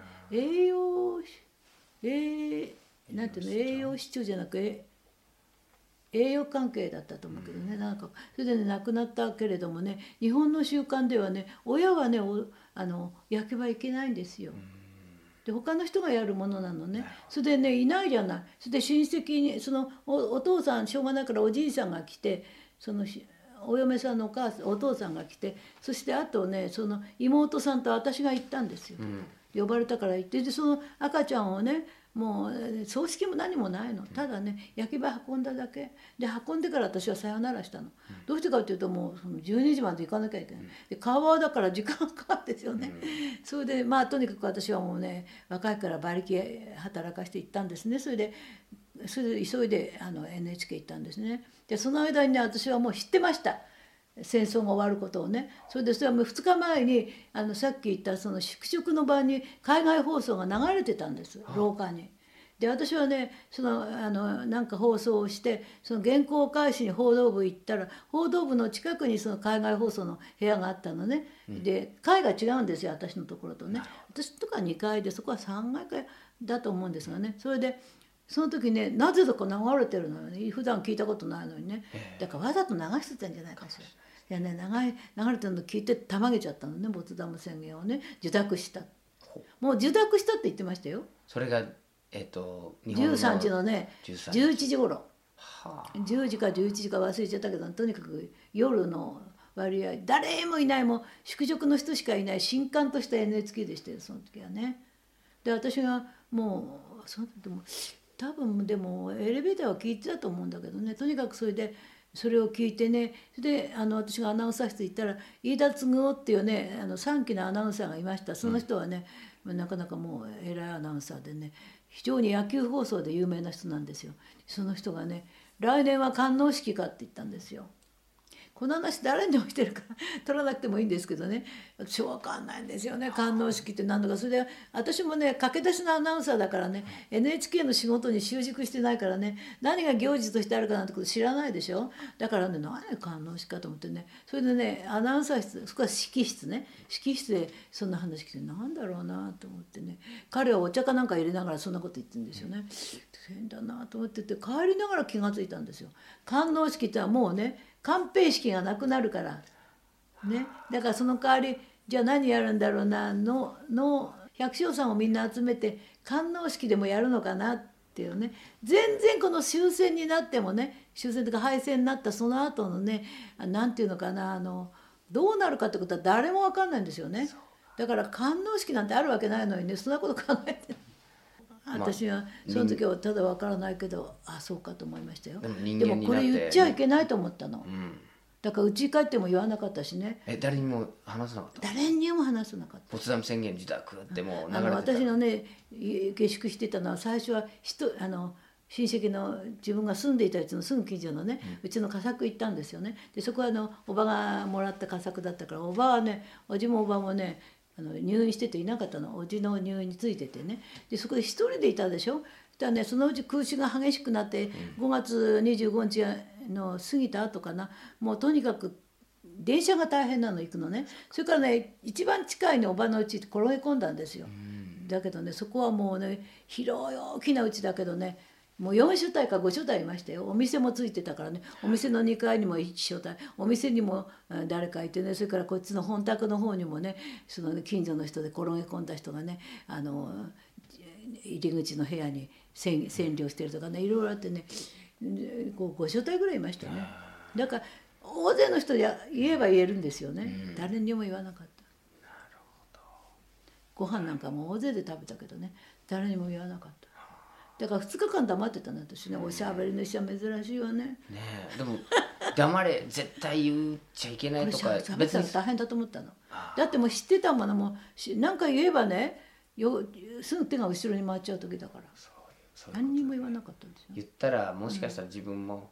なんていうの、栄養失調じゃなく栄養関係だったと思うけどね、なんかそれでね亡くなったけれどもね、日本の習慣ではね、親はね焼けばいけないんですよ。で他の人がやるものなのね。それでねいないじゃない。それで親戚にお父さんしょうがないからおじいさんが来て、お嫁さんのお父さんが来て、そしてあとねその妹さんと私が行ったんですよ。呼ばれたから行って、でその赤ちゃんをね、もう葬式も何もないの。ただね焼き場運んだだけで、運んでから私はさよならしたの。どうしてかっていうと、もうその12時まで行かなきゃいけない。で川だから時間かかるんですよね。それでまあとにかく私はもうね若いから馬力働かして行ったんですね。それで急いでNHK 行ったんですね。でその間にね私はもう知ってました。戦争が終わることをね。それでそれはもう2日前にさっき言ったその宿直の場に海外放送が流れてたんです、廊下に。で私はねなんか放送をして、その原稿を返しに報道部行ったら、報道部の近くにその海外放送の部屋があったのね。で階が違うんですよ、私のところとね。私のところは2階で、そこは3階かだと思うんですがね。それでその時ねなぜだか流れてるのよね。普段聞いたことないのにね。だからわざと流してたんじゃないかしら。いやね、流れてるの聞いてたまげちゃったのね、没ダム宣言をね受諾した。もう受諾したって言ってましたよ。 それが日本の 13時のね11時頃、10時か11時か忘れちゃったけど、とにかく夜の割合誰もいない、もう宿直の人しかいない新刊とした NHK でしたよ、その時はね。で私がもうでも多分でもエレベーターは聞いてたと思うんだけどね。とにかくそれでそれを聞いてね、で私がアナウンサー室行ったら飯田継夫っていうね3期のアナウンサーがいました。その人はね、なかなかもう偉いアナウンサーでね、非常に野球放送で有名な人なんですよ。その人がね来年は官能式かって言ったんですよ。この話誰にもしてるから取らなくてもいいんですけどね、私分かんないんですよね、官能式って何だか。それで私もね駆け出しのアナウンサーだからね、 NHK の仕事に習熟してないからね、何が行事としてあるかなんてこと知らないでしょ。だからね、何が官能式かと思ってね、それでねアナウンサー室、そこは指揮室ね、指揮室でそんな話来て、なんだろうなと思ってね、彼はお茶かなんか入れながらそんなこと言ってるんですよね。変だなと思ってて、帰りながら気が付いたんですよ。官能式ってのはもうね官兵式がなくなるからね。だからその代わりじゃあ何やるんだろうなの百姓さんをみんな集めて官能式でもやるのかなっていうね。全然この終戦になってもね、終戦というか敗戦になったその後のね、なんていうのかな、どうなるかってことは誰も分かんないんですよね。だから官能式なんてあるわけないのにね、そんなこと考えて私はその時はただ分からないけど、あそうかと思いましたよ。でもこれ言っちゃいけないと思ったの。だから家帰っても言わなかったしね。 誰にも話さなかった？ 誰にも話さなかった。 ポツダム宣言受諾ってもう流れてた。 私のね下宿してたのは、最初は親戚の自分が住んでいたうちのすぐ近所のね、うちの佳作行ったんですよね。でそこはおばがもらった佳作だったから、おばはね、おじもおばもね入院してていなかったの。おじの入院についててね。でそこで一人でいたでしょ。だね、そのうち空襲が激しくなって5月25日の過ぎた後かな、もうとにかく電車が大変なの行くのね。それからね一番近いねおばの家って転げ込んだんですよ。だけどねそこはもうね広い大きな家だけどね、もう4所帯か5所帯いましたよ。お店もついてたからね、お店の2階にも1所帯、お店にも誰かいてね、それからこっちの本宅の方にもね、その近所の人で転げ込んだ人がね入り口の部屋に占領してるとかね、いろいろあってね、5所帯ぐらいいましたよね。だから大勢の人で言えば言えるんですよね。誰にも言わなかった。なるほど。ご飯なんかも大勢で食べたけどね、誰にも言わなかった。だから2日間黙ってたの私ね。おしゃべりの人は珍しいわね。 ねえ、でも黙れ絶対言っちゃいけないとか別に大変だと思ったの。だってもう知ってたものも何か言えばねすぐ手が後ろに回っちゃう時だから、何にも言わなかったんですよ。 言ったらもしかしたら自分も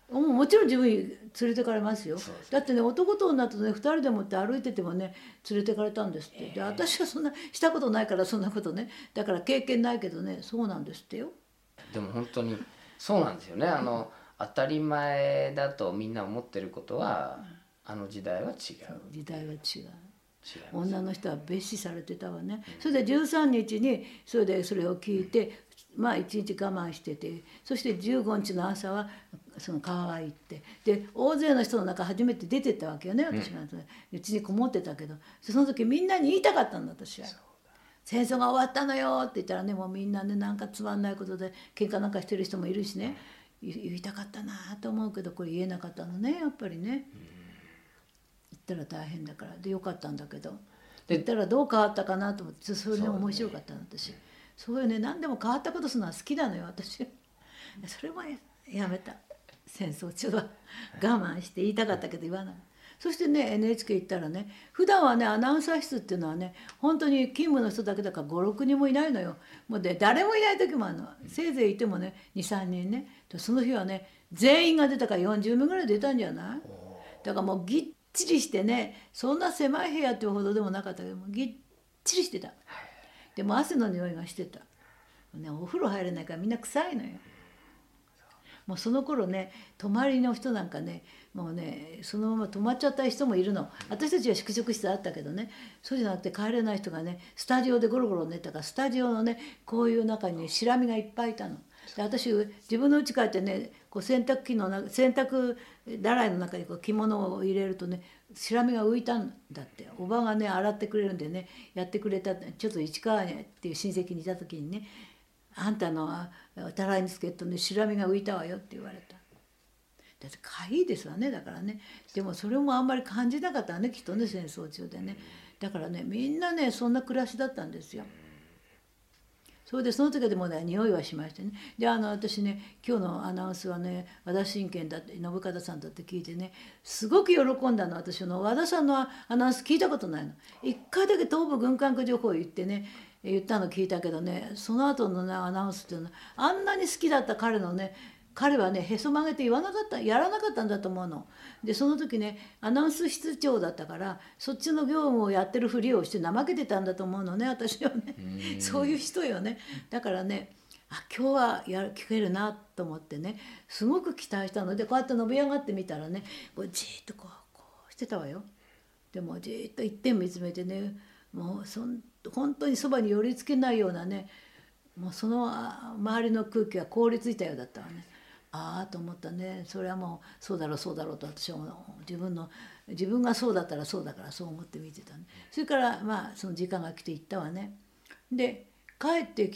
もちろん自分に連れてかれますよ。だってね、男と女とね2人でもって歩いててもね連れてかれたんですって。で私はそんなしたことないからそんなことね、だから経験ないけどね、そうなんですってよ。 でも本当にそうなんですよね。当たり前だとみんな思ってることは、あの時代は違う。 時代は違う。 違います。 女の人は蔑視されてたわね。それで13日にそれを聞いて、まあ1日我慢してて、そして15日の朝はその川へ行って、で大勢の人の中初めて出てったわけよね、私が。うちにこもってたけど、その時みんなに言いたかったんだ私は。戦争が終わったのよって言ったらね、もうみんなねなんかつまんないことで喧嘩なんかしてる人もいるしね、言いたかったなと思うけど、これ言えなかったのね、やっぱりね。言ったら大変だからでよかったんだけど、言ったらどう変わったかなと思って、それで面白かったの私。そういうね、何でも変わったことするのは好きなのよ私。それもやめた。戦争中は我慢して言いたかったけど言わない。そしてね NHK 行ったらね、普段はねアナウンサー室っていうのはね本当に勤務の人だけだから5、6人もいないのよ。もうで誰もいない時もあるの。せいぜいいてもね2、3人ね。その日はね全員が出たから40名ぐらい出たんじゃない。だからもうぎっちりしてね、そんな狭い部屋っていうほどでもなかったけどもぎっちりしてた。でも汗の匂いがしてた。ね、お風呂入れないからみんな臭いのよ。もうその頃ね泊まりの人なんかねもうねそのまま泊まっちゃった人もいるの。私たちは宿直室あったけどね、そうじゃなくて帰れない人がねスタジオでゴロゴロ寝たから、スタジオのねこういう中にねシラミがいっぱいいたの。で私自分の家帰ってねこう洗濯だらいの中にこう着物を入れるとねシラミが浮いたんだって。おばがね洗ってくれるんでねやってくれた。ちょっと市川っていう親戚にいた時にね、あんたのたらいにつけるとねシラミが浮いたわよって言われた。だってかいいですわね、だからね。でもそれもあんまり感じなかったわねきっとね、戦争中でね。だからねみんなねそんな暮らしだったんですよ。それでその時でもね匂いはしましてね。で私ね今日のアナウンスはね和田信賢だって信方さんだって聞いてねすごく喜んだの。私の和田さんのアナウンス聞いたことないの。一回だけ東部軍艦区情報を言ったの聞いたけどね、その後のねアナウンスっていうのはあんなに好きだった彼はねへそ曲げて言わなかった、やらなかったんだと思うの。でその時ねアナウンス室長だったからそっちの業務をやってるふりをして怠けてたんだと思うのね、私はね。そういう人よね。だからね今日は聞けるなと思ってねすごく期待したので、こうやって伸び上がってみたらねこうじーっとこうしてたわよ。でもじーっと一点見つめてね、もう本当にそばに寄りつけないようなね、もうその周りの空気が凍りついたようだったわね。ああと思ったね。それはもうそうだろうそうだろうと私は自分がそうだったらそうだからそう思って見てたね。それからまあその時間が来て行ったわね。で帰って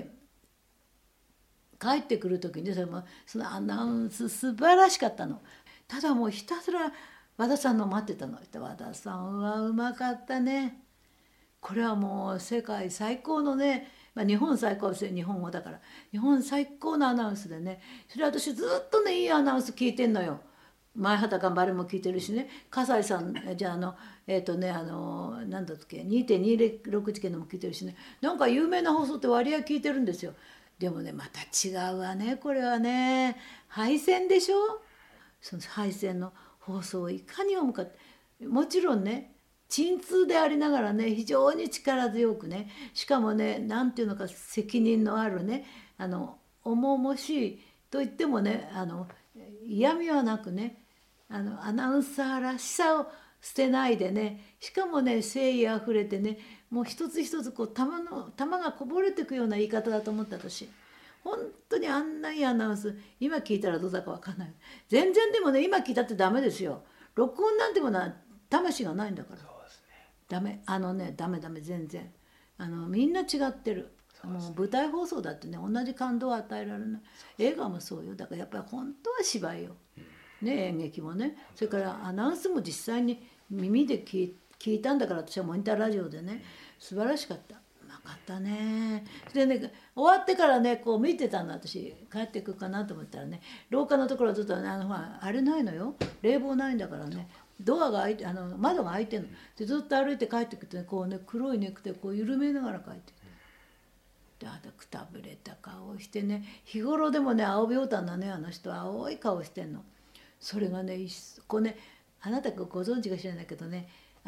くる時にそのアナウンス素晴らしかったの。ただもうひたすら和田さんの待ってたの。和田さんはうまかったね。これはもう世界最高のね、日本最高ですよ、日本語だから日本最高のアナウンスでね。それ私ずっとねいいアナウンス聞いてんのよ。前畑頑張れも聞いてるしね、笠井さんじゃなんだっけ 2.26 事件のも聞いてるしね、なんか有名な放送って割合聞いてるんですよ。でもねまた違うわね、これはね敗戦でしょ。その敗戦の放送をいかに読むか、もちろんね鎮痛でありながらね非常に力強くね、しかもねなんていうのか責任のあるね重々しいと言ってもね嫌味はなくねアナウンサーらしさを捨てないでね、しかもね誠意あふれてね、もう一つ一つこう玉がこぼれていくような言い方だと思った私。本当にあんないいアナウンス今聞いたらどうだか分かんない。全然でもね今聞いたってダメですよ。録音なんてものは魂がないんだから。ダメダメ全然みんな違ってる。もう舞台放送だってね同じ感動を与えられない。映画もそうよ。だからやっぱり本当は芝居よ、ね、演劇もね。それからアナウンスも実際に耳で聞いたんだから、私はモニターラジオでね素晴らしかった。うまかったね。でね終わってからねこう見てたの私。帰ってくるかなと思ったらね廊下のところずっとあれないのよ、冷房ないんだからね、ドアが開いて窓が開いてるので、ずっと歩いて帰ってくってねこうね黒いネクタイこう緩めながら帰ってくる。でくたぶれた顔をしてね、日頃でもね青びょうたんなね人は青い顔してんの。 それがねこうね、あなたがご存知か知らないけどね、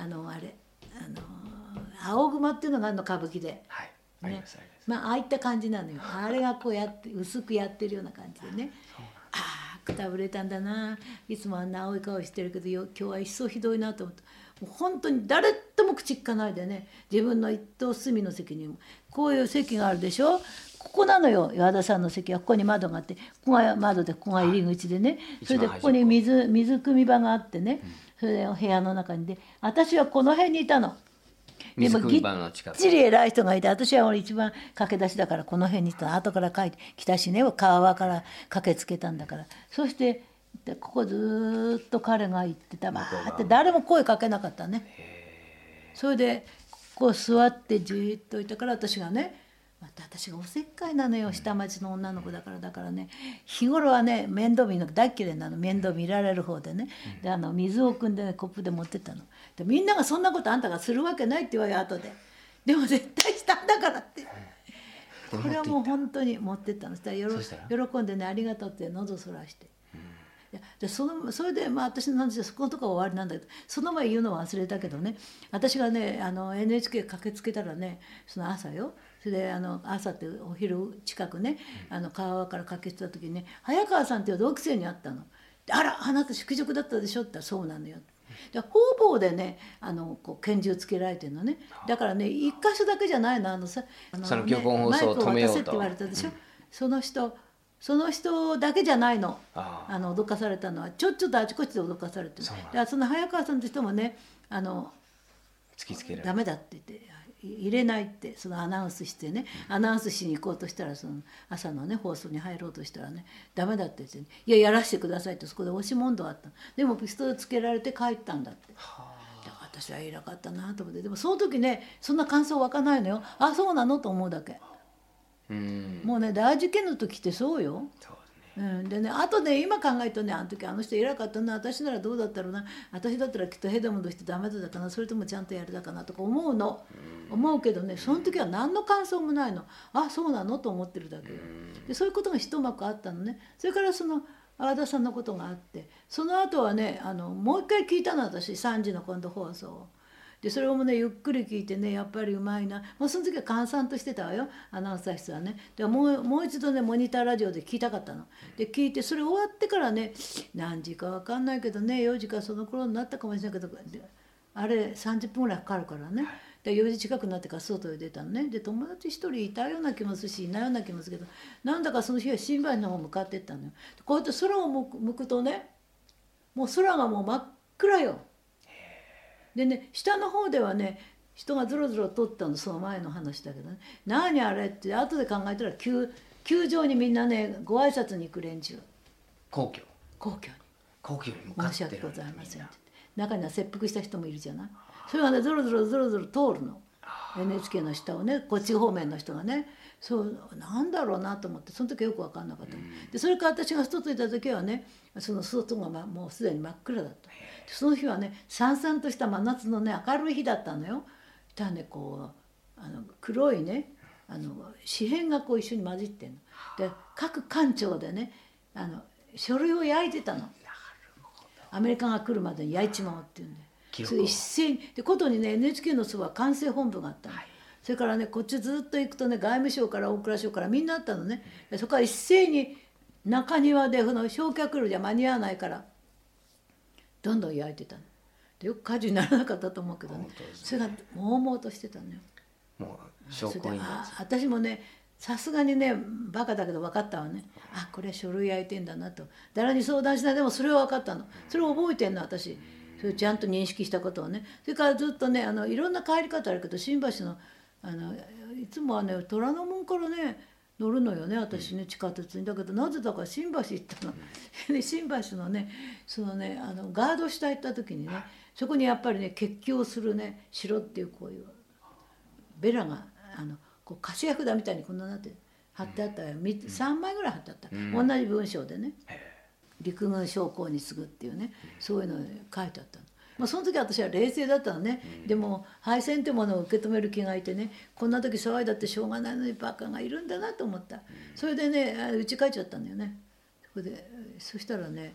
青熊っていうのがあるの、歌舞伎で。 はい、ありねますあります。 まあああいった感じなのよ。あれがこうやって薄くやってるような感じでね。ああくたぶれたんだな、いつもあんな青い顔してるけど今日は一層ひどいなと思って、もう本当に誰とも口聞かないでね、自分の一等隅の席にもこういう席があるでしょ。ここなのよ、和田さんの席は。ここに窓があって、ここが窓でここが入り口でね、それでここに水汲み場があってね、それで部屋の中にで、私はこの辺にいたの。でもぎっちり偉い人がいて、私は俺一番駆け出しだからこの辺にいたの。後から帰ってきたしね、川から駆けつけたんだから。そしてここずっと彼が行ってた、バーって誰も声かけなかったね。それでここ座ってじーっといたから、私がね、また私がおせっかいなのよ、下町の女の子だからね、日頃はね面倒見るの大嫌いなの、面倒見られる方でね。で水を汲んでねコップで持ってったの。でみんながそんなことあんたがするわけないって言われる後で、でも絶対したんだからって、これはもう本当に持ってったの。そしたら喜んでね、ありがとうって喉そらして。でそれで私の話でそこのとこは終わりなんだけど、その前言うのは忘れたけどね、私がねNHK 駆けつけたらね、その朝よ、それで朝ってお昼近くね、川から駆けつけた時にね、早川さんっていう同期生に会ったの。あらあなた宿直だったでしょって言ったら、そうなのよ。で方々でねこう拳銃つけられてるのね。だからね一箇所だけじゃないの、その教本放送を止めようと、マイクを渡せって言われたでしょ、その人だけじゃないの、脅かされたのはちょっとあちこちで脅かされてる。その早川さんって人もね突きつけられる、 ダメだって言って入れないって、そのアナウンスしてね、アナウンスしに行こうとしたら、その朝のね放送に入ろうとしたらね、ダメだって言って、いややらせてくださいって、そこで押し問答あった。でもピストルつけられて帰ったんだって。だから私は偉かったなと思って。でもその時ねそんな感想湧かないのよ。あそうなのと思うだけ。もうね大事件の時ってそうよ。でね、あとで今考えるとね、あの時あの人偉かったな、私ならどうだったろうな、私だったらきっとヘドムとしてダメだったかな、それともちゃんとやれたかなとか思うけどね、その時は何の感想もないの。あそうなのと思ってるだけよ。でそういうことが一幕あったのね。それからその和田さんのことがあって、その後はねもう一回聞いたの、私3時の今度放送を。でそれをねゆっくり聞いてね、やっぱりうまいな、その時は閑散としてたわよ、アナウンサー室はね。でもう一度ねモニターラジオで聞きたかったの。で聞いて、それ終わってからね、何時か分かんないけどね、4時かその頃になったかもしれないけど、あれ30分ぐらいかかるからね。で4時近くになってから外へ出たのね。で友達一人いたような気もするしいないような気もするけど、なんだかその日は新橋の方向かってったのよ。こうやって空を向くとね、もう空がもう真っ暗よ。でね下の方ではね人がぞろぞろ通ったの、その前の話だけどね。何あれって後で考えたら球場にみんなねご挨拶に行く連中。 皇居に向かってる。 申し訳ございませんって。中には切腹した人もいるじゃない。それがねぞろぞろ通るの。NHK の下をね、こっち方面の人がね。そうなんだろうなと思って、その時はよく分かんなかった。でそれから私が外にいた時はね、その外がもうすでに真っ暗だった。その日はねさんさんとした真夏のね明るい日だったのよ。したらねこう黒いね紙片がこう一緒に混じってんの。で各官庁でね書類を焼いてたの。アメリカが来るまでに焼いちまおうっていうんで、それ一斉にでことにね NHK のそば管制本部があったの。それからねこっちずっと行くとね外務省から大蔵省からみんなあったのね。そこから一斉に中庭で焼却炉じゃ間に合わないからどんどん焼いてたの。でよく火事にならなかったと思うけどね、それがもうもうとしてたのよ。 もう証拠に私もねさすがにねバカだけど分かったわね。あこれ書類焼いてんだなと。誰に相談しないでもそれは分かったの。それを覚えてんの私。それちゃんと認識したことをね。それからずっとねいろんな帰り方あるけど、新橋のいつもはね虎ノ門からね乗るのよね私ね、地下鉄に。だけどなぜだか新橋行ったの。で新橋のねそのねガード下行った時にね、そこにやっぱりね決起をするね城っていうこういうベラがこう貸し札みたいにこんななって貼ってあったよ。3枚ぐらい貼ってあった、同じ文章でね、陸軍将校に次ぐっていうね、そういうの書いてあったの。その時私は冷静だったのね。でも敗戦ってものを受け止める気がいてね、こんな時騒いだってしょうがないのにバカがいるんだなと思った。それでね家帰っちゃったんだよね。そしたらね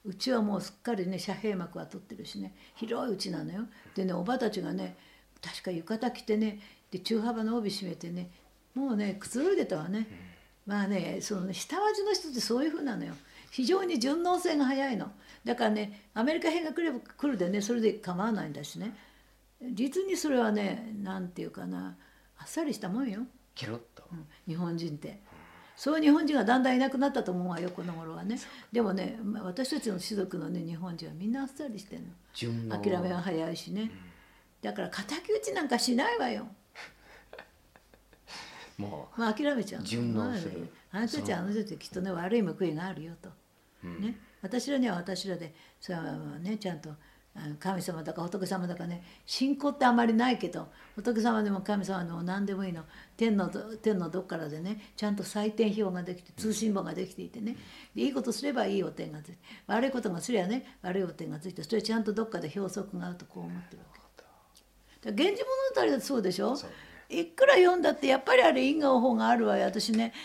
うちはもうすっかりね遮蔽幕は取ってるしね、広いうちなのよ。でねおばたちがね確か浴衣着てね、で中幅の帯締めてね、もうねくつろいでたわね。まあねそのね下町の人ってそういう風なのよ。非常に順応性が早いの。だからねアメリカ兵が来れば来るでねそれで構わないんだしね。実にそれはねなんていうかな、あっさりしたもんよ、 ケロッと。 日本人って。そういう日本人がだんだんいなくなったと思うわよこの頃はね。でもね私たちの種族のね日本人はみんなあっさりしてんの。 順応。 諦めは早いしね。だから敵討ちなんかしないわよ。 もまあ諦めちゃうの。 順応する。 まあね、あの人たちはあの人たちきっとね悪い報いがあるよと。ね、私らには私らでそれはねちゃんと神様だか仏様だかね、信仰ってあんまりないけど仏様でも神様でも何でもいいの、天のどっからでねちゃんと採点表ができて通信簿ができていてね、でいいことすればいいお点がついて、悪いことがすればね悪いお点がついて、それちゃんとどっかで表則があるとこう思ってるわけ。源氏物語だってそうでしょ。いくら読んだってやっぱりあれ因果応報があるわよ。私ね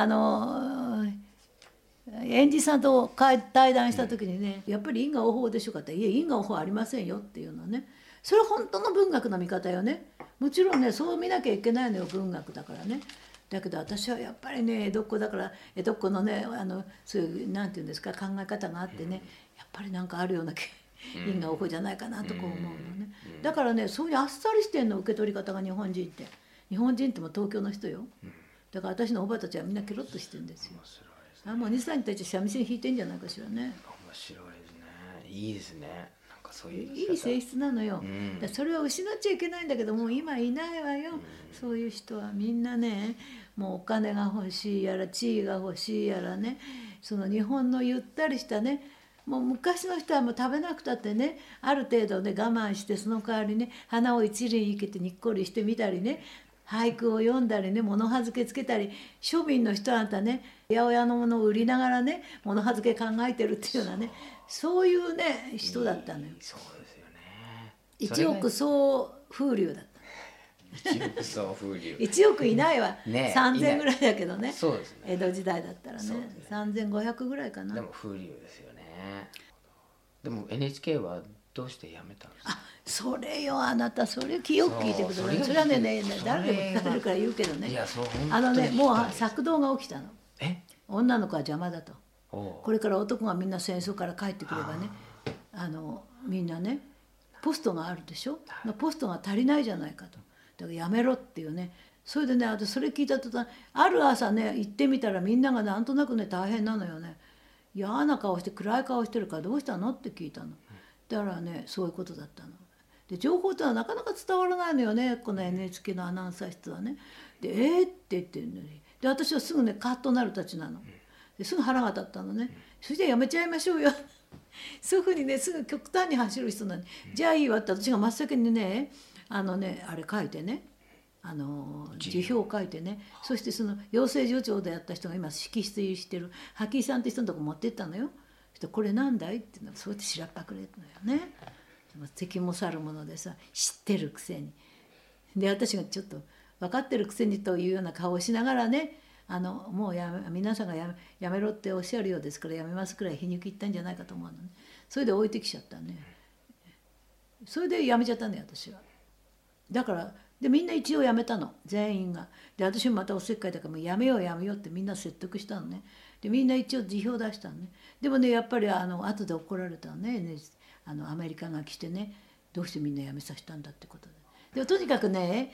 園児さんと対談した時にね、やっぱり因果応報でしょうかって、いや因果応報ありませんよっていうのはね、それは本当の文学の見方よね。もちろんねそう見なきゃいけないのよ、文学だからね。だけど私はやっぱりね江戸っ子だから、江戸っ子のねそういうなんていうんですか考え方があってね、やっぱりなんかあるような因果応報じゃないかなとこう思うのね。だからねそういうあっさりしてんの受け取り方が日本人って。日本人っても東京の人よ。だから私のおばたちはみんなケロッとしてるんですよ。もう2歳にたち三味線弾いてんじゃないかしらね。 面白いですね。いいですね。なんかそういういい性質なのよ。だそれは失っちゃいけないんだけどもう今いないわよ。そういう人はみんなねもうお金が欲しいやら地位が欲しいやらね、その日本のゆったりしたね、もう昔の人はもう食べなくたってねある程度ね我慢して、その代わりね花を一輪生けてにっこりしてみたりね、俳句を読んだりね物恥ずけつけたり、庶民の人あんたね八百屋のものを売りながらね物恥ずけ考えてるっていうようなね、そういうね人だったのよ。 そうですよね。 一億総風流だった。 一億総風流。 1億いないわ、 ね 3000ぐらいだけどね。 そうですね。 江戸時代だったらね3500ぐらいかな。 でも風流ですよね。でも NHK はどうして辞めたんですか。 あ、それよあなた、それよく聞いてください。それはね誰でも聞かれるから言うけどね、 いやそう本当にもう策動が起きたの。女の子は邪魔だと。 ここれから男がみんな戦争から帰ってくればねみんなねポストがあるでしょ、ポストが足りないじゃないかと。だからやめろっていうね。それでね私それ聞いた途端ある朝ね行ってみたらみんながなんとなくね大変なのよね。嫌な顔して暗い顔してるからどうしたのって聞いたの。だからねそういうことだったの。で情報ってのはなかなか伝わらないのよね、この NHK のアナウンサー室はね。でって言ってるのに、で私はすぐねカッとなるたちなの。ですぐ腹が立ったのね。そしてやめちゃいましょうよそういうふうにねすぐ極端に走る人なのに、じゃあいいわって私が真っ先にねあれ書いてね辞表を書いてね、そしてその養成所長でやった人が今指揮室入りしてる萩井さんって人のとこ持ってったのよ。そしてこれなんだいってのそうやって白っぱくれるのよね。敵も去るものでさ、知ってるくせに。で私がちょっと分かってるくせにというような顔をしながらねもう皆さんがやめろっておっしゃるようですからやめますくらい皮肉言ったんじゃないかと思うのね。それで置いてきちゃったね。それでやめちゃったね私は。だからでみんな一応やめたの全員が。で私もまたおせっかいだからもうやめようやめようってみんな説得したのね。でみんな一応辞表出したのね。でもねやっぱり後で怒られたのね、アメリカが来てね、どうしてみんな辞めさせたんだってことで。でもとにかくね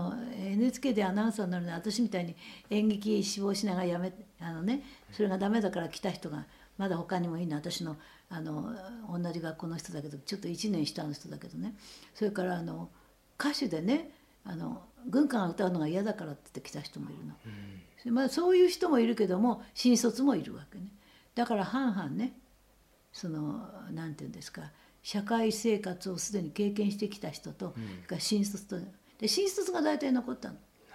NHK でアナウンサーになるのは私みたいに演劇志望しながらそれがダメだから来た人がまだ他にもいいの。私の同じ学校の人だけどちょっと1年下の人だけどね。それから歌手でね軍歌が歌うのが嫌だからって言って来た人もいるの。まあ、そういう人もいるけども新卒もいるわけね。だから半々ねなんていうんですか、社会生活をすでに経験してきた人と、それから新卒とで新卒が大体残ったの。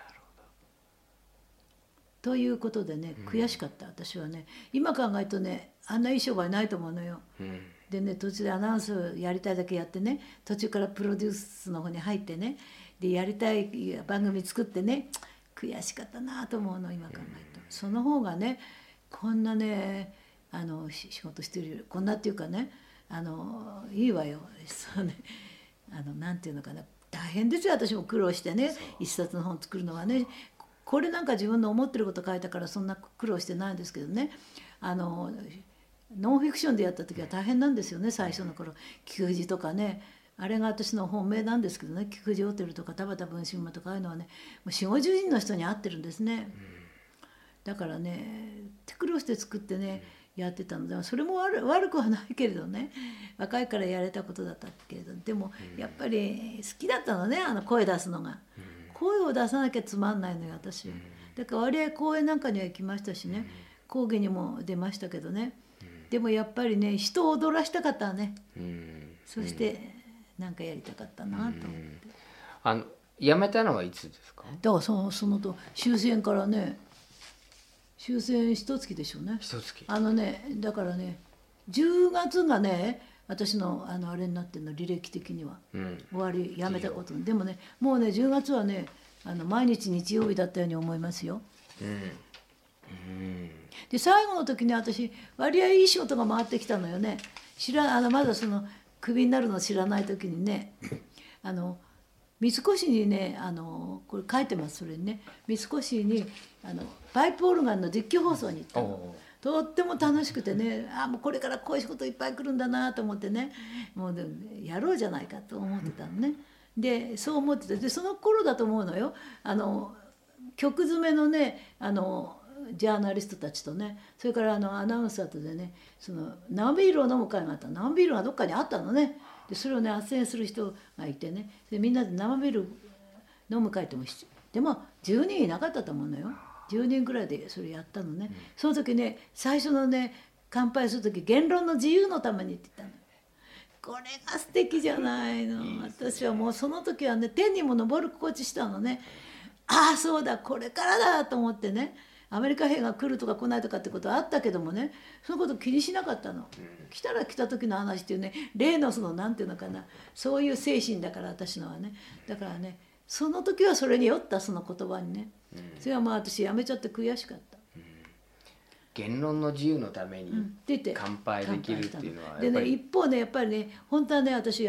ということでね悔しかった私はね。今考えるとねあんないい商売ないと思うのよ。でね途中でアナウンスやりたいだけやってね、途中からプロデュースの方に入ってね、でやりたい番組作ってね、悔しかったなと思うの今考えると。その方がねこんなね仕事してるよりこんなっていうかねいいわよそうねなんていうのかな大変ですよ私も苦労してね一冊の本作るのはねこれなんか自分の思ってること書いたからそんな苦労してないんですけどねノンフィクションでやった時は大変なんですよね最初の頃菊藤とかねあれが私の本命なんですけどね菊藤ホテルとか田端文春馬とかああいうのはねもう40、50人の人に会ってるんですね。だからね手苦労して作ってねやってたのでそれも悪くはないけれどね若いからやれたことだったけれどでもやっぱり好きだったのね声出すのが。声を出さなきゃつまんないのよ私。だから割合公演なんかには行きましたしね講義にも出ましたけどねでもやっぱりね人を踊らしたかったね。そしてなんかやりたかったなと思って。 辞めたのはいつですか？ だからその終戦からね終戦一月でしょうね。 一月。 だからね10月がね私のあれになってるの履歴的には、終わり辞めたことでもねもうね10月はね毎日日曜日だったように思いますよ。で最後の時に私割合いい仕事が回ってきたのよね。まだクビになるの知らない時にね三越にねこれ書いてますそれにね三越にパイプオルガンの実況放送に行ったの。とっても楽しくてねもうこれからこういう仕事いっぱい来るんだなと思ってねもうやろうじゃないかと思ってたのね。でそう思っててでその頃だと思うのよ曲詰めのねジャーナリストたちとねそれからアナウンサーとでね生ビールを飲む会があった生ビールがどっかにあったのね。でそれをね斡旋する人がいてねでみんなで生ビール飲む会ってもでも10人いなかったと思うのよ。10人ぐらいでそれやったのね。その時ね最初のね乾杯する時言論の自由のためにって言ったの。これが素敵じゃないの。私はもうその時はね天にも昇る心地したのね。そうだこれからだと思ってねアメリカ兵が来るとか来ないとかってことはあったけどもねそのこと気にしなかったの。来たら来た時の話っていうね例のなんていうのかなそういう精神だから私のはね。だからねその時はそれに酔ったその言葉にねそれは私やめちゃって悔しかった。 言論の自由のために乾杯できるっていうのはやっぱりでね一方ねやっぱりね本当はね私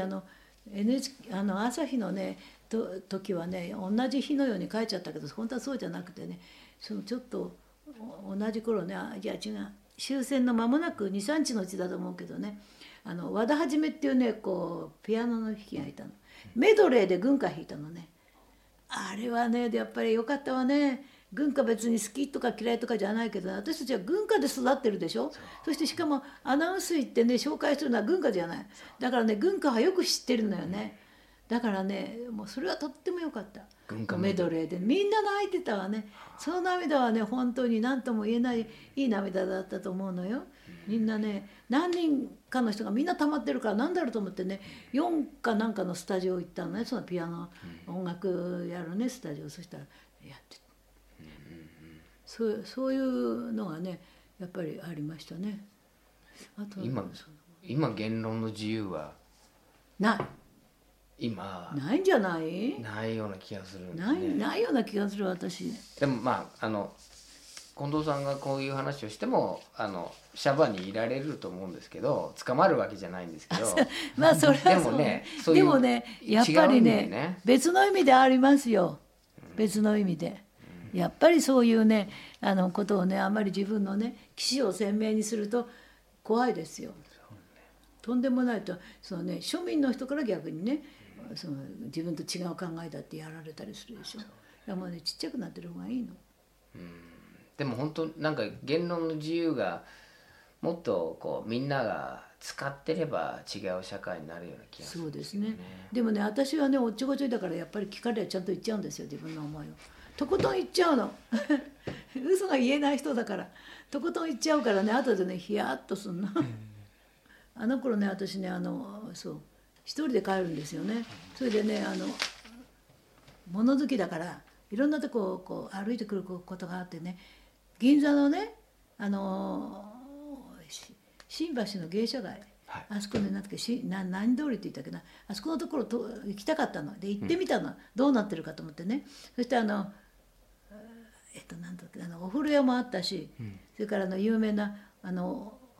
NHK 朝日のね時はね同じ日のように書いちゃったけど本当はそうじゃなくてねちょっと同じ頃ねいや違う終戦の間もなく 2,3 日のうちだと思うけどね和田はじめっていうねピアノの弾きがいたのメドレーで軍歌弾いたのね。あれはねやっぱり良かったわね。軍歌別に好きとか嫌いとかじゃないけど私たちは軍歌で育ってるでしょ。そしてしかもアナウンス行ってね紹介するのは軍歌じゃない。だからね軍歌はよく知ってるのよね。だからねもうそれはとっても良かった。メドレーでみんな泣いてたわね。その涙はね本当に何とも言えないいい涙だったと思うのよ。みんなね何人かの人がみんな溜まってるから何だろうと思ってね4かなんかのスタジオ行ったのねそのピアノ音楽やるねスタジオそしたらやってた。そういうのがねやっぱりありましたね。あと今言論の自由は今ないんじゃない？ ないような気がするんですね。 ないような気がする私。 でも近藤さんがこういう話をしてもシャバにいられると思うんですけど捕まるわけじゃないんですけどまあそれはそうでもねやっぱりね別の意味でありますよ。別の意味でやっぱりそういうねことをねあんまり自分のね気思を鮮明にすると怖いですよ。とんでもないと庶民の人から逆にね自分と違う考えだってやられたりするでしょ。いやもうねちっちゃくなってる方がいいの。 でも本当なんか言論の自由がもっとみんなが使ってれば違う社会になるような気がする。 そうですね。でもね私はねおっちょこちょいだからやっぱり聞かれはちゃんと言っちゃうんですよ自分の思いを。とことん言っちゃうの嘘が言えない人だからとことん言っちゃうからね後でねヒヤッとすんのあの頃ね私ね一人で帰るんですよね。それでね物好きだからいろんなとこを歩いてくることがあってね銀座のね新橋の芸者街、あそこで何通りって言ったっけなあそこのところ行きたかったので行ってみたの、どうなってるかと思ってね。そしてなんだっけお風呂屋もあったし、それから有名な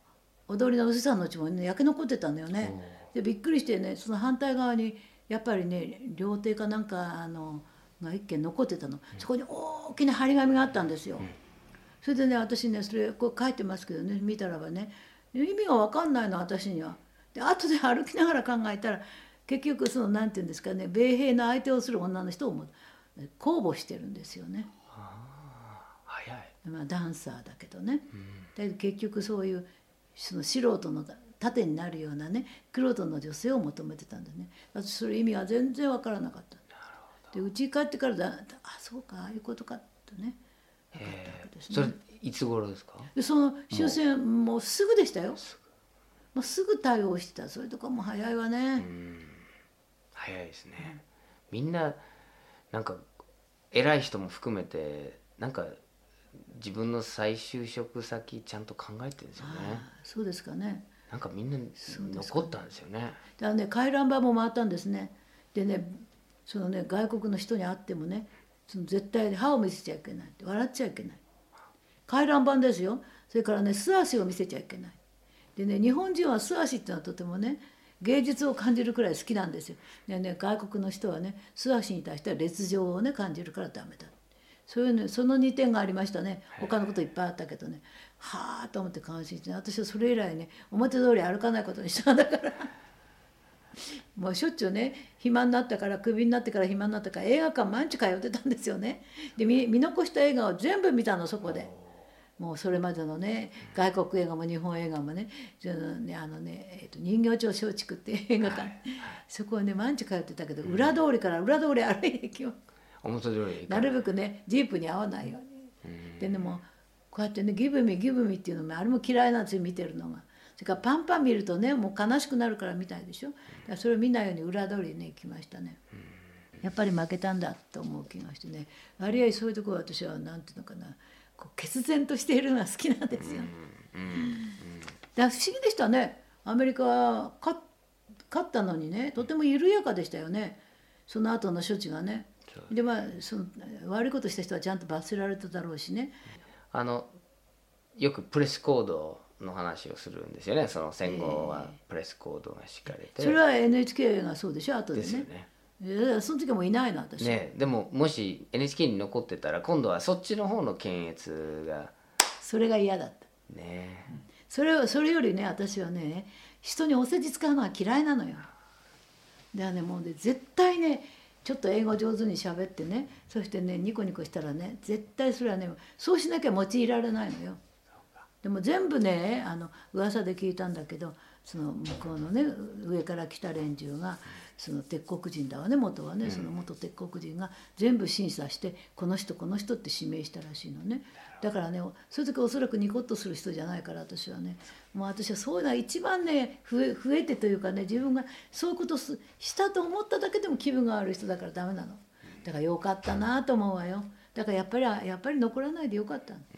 踊りの牛さんの家もね焼け残ってたんだよね。でびっくりしてね、その反対側にやっぱりね料亭かなんかが一軒残ってたの。そこに大きな張り紙があったんですよ。それでね私ねそれこう書いてますけどね、見たらばね意味が分かんないの私には。で後で歩きながら考えたら結局そのなんていうんですかね、米兵の相手をする女の人を公募してるんですよね。 早い。 まあダンサーだけどね。だけど結局そういうその素人の盾になるようなね玄人の女性を求めてたんだね。私それ意味は全然分からなかった。で家に帰ってからあそうかああいうことかとね分かったわけですね。 それいつ頃ですか？ でその終戦もうすぐでしたよ。もうすぐ対応してた。それとかも早いわね。 早いですね。みんななんか偉い人も含めてなんか自分の再就職先ちゃんと考えてるんですよね。 そうですかね。 なんかみんな残ったんですよね。 だからね回覧板も回ったんですね。でねそのね外国の人に会ってもねその絶対歯を見せちゃいけない、笑っちゃいけない、回覧板ですよ。それからね素足を見せちゃいけない。でね日本人は素足っていうのはとてもね芸術を感じるくらい好きなんですよ。でね外国の人はね素足に対しては劣情をね感じるからダメだ。そういうねその2点がありましたね。他のこといっぱいあったけどね、はあと思って感心して、私はそれ以来ね表通り歩かないことにしたんだからもうしょっちゅうね暇になったからクビになってから暇になったから映画館毎日通ってたんですよね。で見残した映画を全部見たのそこで。もうそれまでのね外国映画も日本映画もね人形町松竹っていう映画館、そこをね毎日通ってたけど、裏通りから裏通り歩いてきよ表通りなるべくねジープに合わないように。でねもうこうやってねギブミギブミっていうのもあれも嫌いなんですよ見てるのが。それからパンパン見るとねもう悲しくなるから見たいでしょ。だからそれを見ないように裏通りにね行きましたね。やっぱり負けたんだと思う気がしてね、あるいはそういうところ私はなんていうのかな、こう決然としているのが好きなんですよ。だから不思議でしたね。アメリカは勝ったのにねとても緩やかでしたよね、その後の処置がね。でまあその悪いことした人はちゃんと罰せられただろうしね。 よくプレスコードの話をするんですよね。その戦後はプレスコードが敷かれて、 それは NHK がそうでしょ後でね。 ですよね。 その時はもういないの私ね。でももし NHK に残ってたら今度はそっちの方の検閲がそれが嫌だったね。 それよりね私はね人にお世辞使うのが嫌いなのよ。ではねもうね絶対ねちょっと英語上手に喋ってね、そしてねニコニコしたらね絶対それはねそうしなきゃ用いられないのよ。でも全部ね噂で聞いたんだけど、その向こうのね上から来た連中がその鉄国人だわね元はね、その元鉄国人が全部審査してこの人って指名したらしいのね。だからねそういう時おそらくニコッとする人じゃないから私はね、もう私はそういうのは一番ね増えてというかね、自分がそういうことしたと思っただけでも気分が悪い人だからダメなの。だからよかったなと思うわよ。だからやっぱり残らないでよかったの。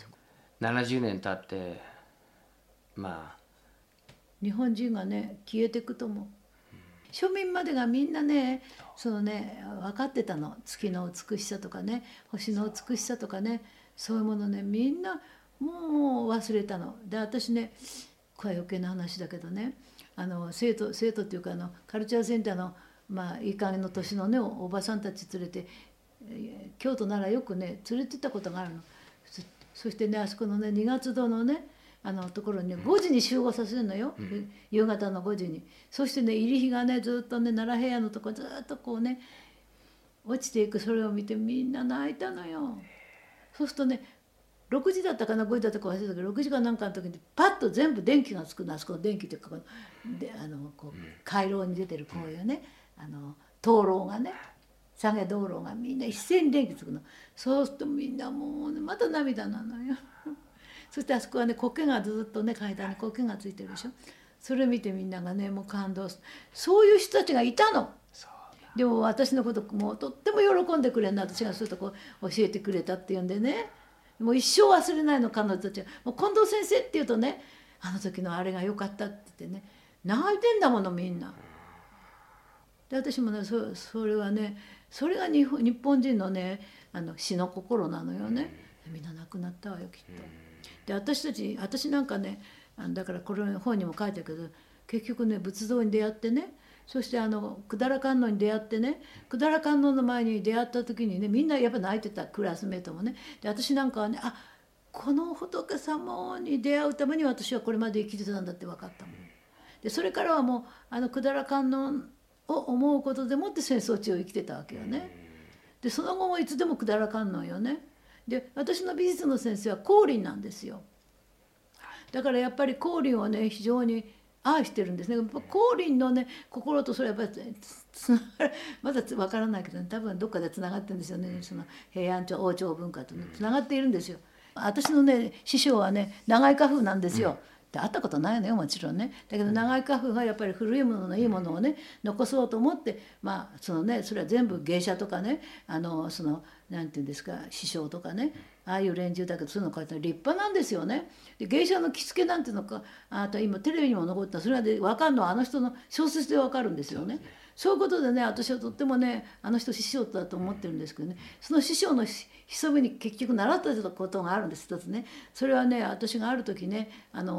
70年経ってまあ日本人がね消えていくと思う。庶民までがみんなね分かってたの。月の美しさとかね星の美しさとかね、そういうものねみんなもう忘れたの。で私ねこれは余計な話だけどね、生徒っていうかカルチャーセンターのいい加減の年のねおばさんたち連れて京都ならよくね連れてったことがあるの。そしてねあそこのね二月堂のねところにね5時に集合させるのよ、夕方の5時に。そしてね入り日がねずっとね奈良平野のとこずっとこうね落ちていく、それを見てみんな泣いたのよ。そうするとね6時だったかな5時だったか忘れたけど6時かなんかの時にパッと全部電気がつくの。あそこの電気っていうかこう回廊に出てるこういうね灯籠がね下げ灯籠がみんな一斉に電気つくの。そうするとみんなもうねまた涙なのよそしてあそこはね苔がずっとね階段に苔がついてるでしょ。それ見てみんながねもう感動する。そういう人たちがいたの。でも私のこともうとっても喜んでくれるの。私がそういうとこ教えてくれたっていうんでね、もう一生忘れないの彼女たちは。もう近藤先生っていうとねあの時のあれが良かったって言ってね泣いてんだものみんな。で私もねそれはねそれが日本人のね詩の心なのよね。みんな亡くなったわよきっと。で私なんかねだからこれ本にも書いてるけど、結局ね仏像に出会ってね、そして百済観音に出会ってね、百済観音の前に出会った時にね、みんなやっぱ泣いてた、クラスメートもね。で私なんかはね、この仏様に出会うために私はこれまで生きてたんだって分かったもん。でそれからはもう百済観音を思うことでもって戦争地を生きてたわけよね。でその後もいつでも百済観音よね。で私の美術の先生は光琳なんですよ。だからやっぱり光琳をね非常に愛してるんですね。光琳のね心とそれはやっぱりつながる、まだ分からないけど、ね、多分どっかでつながってるんですよね。その平安朝王朝文化とねつながっているんですよ。私のね師匠はね長井家風なんですよ。で会ったことないのよもちろんね。だけど長井家風がやっぱり古いもののいいものをね残そうと思って、そのねそれは全部芸者とかねそのなんていうんですか師匠とかね、ああいう連中だけどそういうの書いて立派なんですよね。で芸者の着付けなんていうのか、あと今テレビにも残ったそれで分かるのはあの人の小説で分かるんですよね。そういうことでね私はとってもねあの人師匠だと思ってるんですけどね、その師匠の潜みに結局習ったことがあるんです一つね。それはね私がある時ね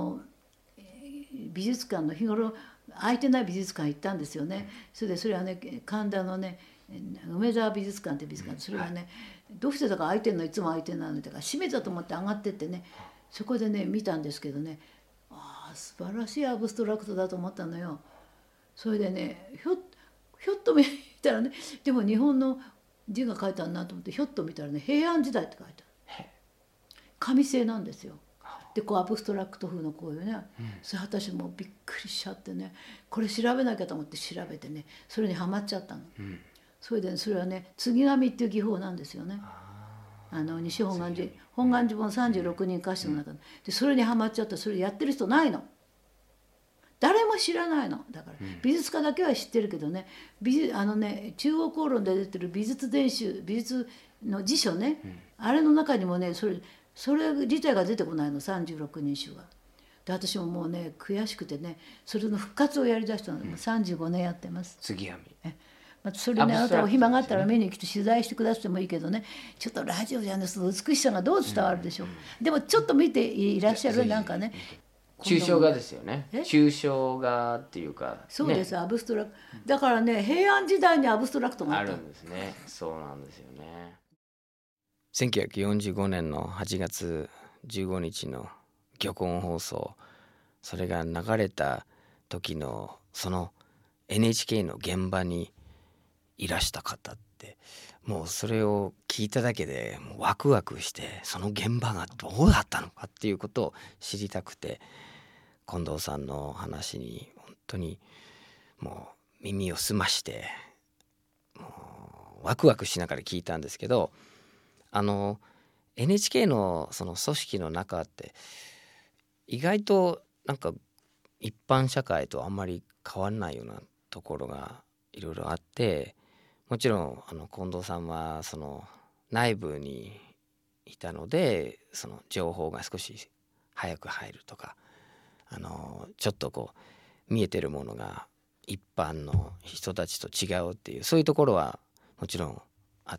美術館の日頃空いてない美術館行ったんですよね。それはね神田のね梅沢美術館って美術館、それはねどうしてだか空いてんの、いつも空いてんのだから閉めたと思って上がってってね、そこでね見たんですけどね、素晴らしいアブストラクトだと思ったのよ。それでねひょっと見たらね、でも日本の字が書いてあるなと思ってひょっと見たらね平安時代って書いてある。紙製なんですよ。でこうアブストラクト風のこういうね、それ私もびっくりしちゃってね、これ調べなきゃと思って調べてね、それにはまっちゃったの。それで、それはね継紙っていう技法なんですよね。西本願寺本願寺本36人歌手の中で、それにはまっちゃって、それやってる人ないの。誰も知らないの。だから美術家だけは知ってるけどね、中央公論で出てる美術伝習、美術の辞書ね、あれの中にもねそれ自体が出てこないの、36人衆が。で私ももうね悔しくてね、それの復活をやりだしたの。35年やってます。 継紙。 それね、あなたお暇があったら見に来て取材してくださってもいいけどね、ちょっとラジオじゃね、その美しさがどう伝わるでしょう。でもちょっと見ていらっしゃる、なんかね。 抽象画ですよね。抽象画っていうか、 そうです、アブストラクト。だからね平安時代にアブストラクトがあるんですね。そうなんですよね。1945年の8月15日の玉音放送、それが流れた時のその NHK の現場にいらした方って、もうそれを聞いただけでもうワクワクして、その現場がどうだったのかっていうことを知りたくて、近藤さんの話に本当にもう耳を澄まして、もうワクワクしながら聞いたんですけど、NHK のその組織の中って意外となんか一般社会とあんまり変わらないようなところがいろいろあって、もちろん近藤さんはその内部にいたので、その情報が少し早く入るとか、ちょっとこう見えてるものが一般の人たちと違うっていう、そういうところはもちろんあって、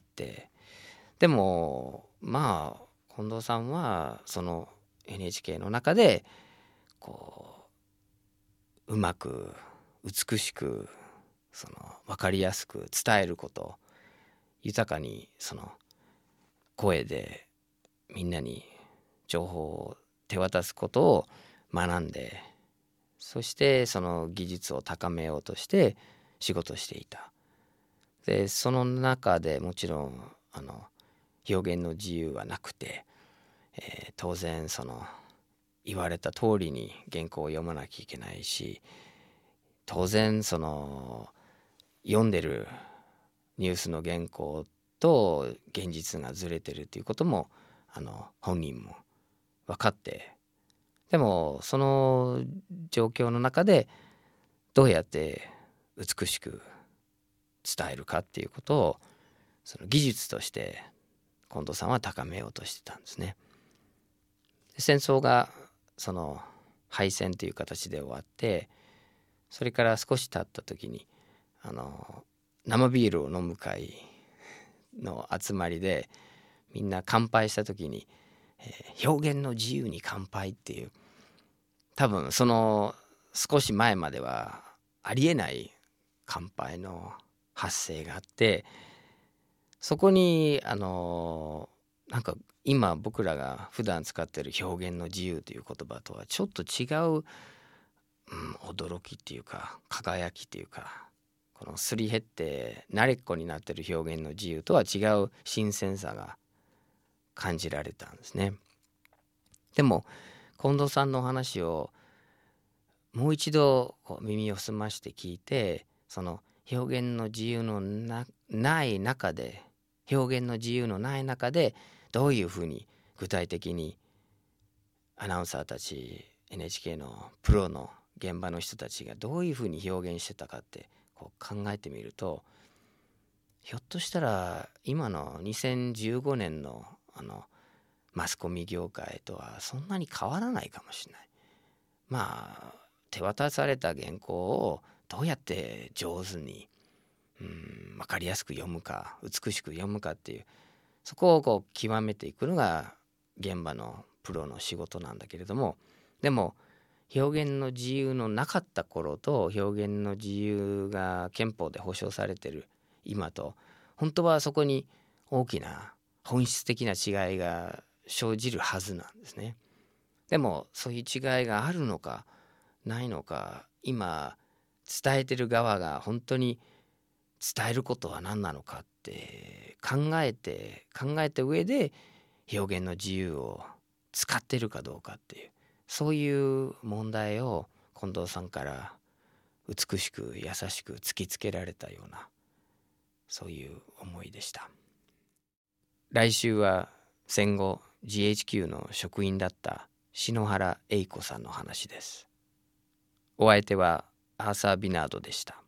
でも近藤さんはその NHK の中でこううまく美しくその分かりやすく伝えること、豊かにその声でみんなに情報を手渡すことを学んで、そしてその技術を高めようとして仕事していた。でその中でもちろん表現の自由はなくて、当然その言われた通りに原稿を読まなきゃいけないし、当然その読んでるニュースの原稿と現実がずれてるっていうことも本人も分かって、でもその状況の中でどうやって美しく伝えるかっていうことをその技術として近藤さんは高めようとしてたんですね。戦争がその敗戦という形で終わって、それから少し経った時に生ビールを飲む会の集まりでみんな乾杯した時に、表現の自由に乾杯っていう多分その少し前まではありえない乾杯の発生があって、そこになんか今僕らが普段使っている表現の自由という言葉とはちょっと違う、驚きっていうか輝きっていうか、このすり減って慣れっこになっている表現の自由とは違う新鮮さが感じられたんですね。でも近藤さんのお話をもう一度耳を澄まして聞いて、その表現の自由のない中でどういうふうに具体的にアナウンサーたち NHK のプロの現場の人たちがどういうふうに表現してたかって考えてみると、ひょっとしたら今の2015年のマスコミ業界とはそんなに変わらないかもしれない。手渡された原稿をどうやって上手に分かりやすく読むか、美しく読むかっていう、そこを極めていくのが現場のプロの仕事なんだけれども、でも表現の自由のなかった頃と表現の自由が憲法で保障されている今と、本当はそこに大きな本質的な違いが生じるはずなんですね。でもそういう違いがあるのかないのか、今伝えてる側が本当に伝えることは何なのかって考えて上で表現の自由を使ってるかどうかっていう、そういう問題を近藤さんから美しく優しく突きつけられたような、そういう思いでした。来週は戦後 GHQ の職員だった篠原栄子さんの話です。お相手はアーサー・ビナードでした。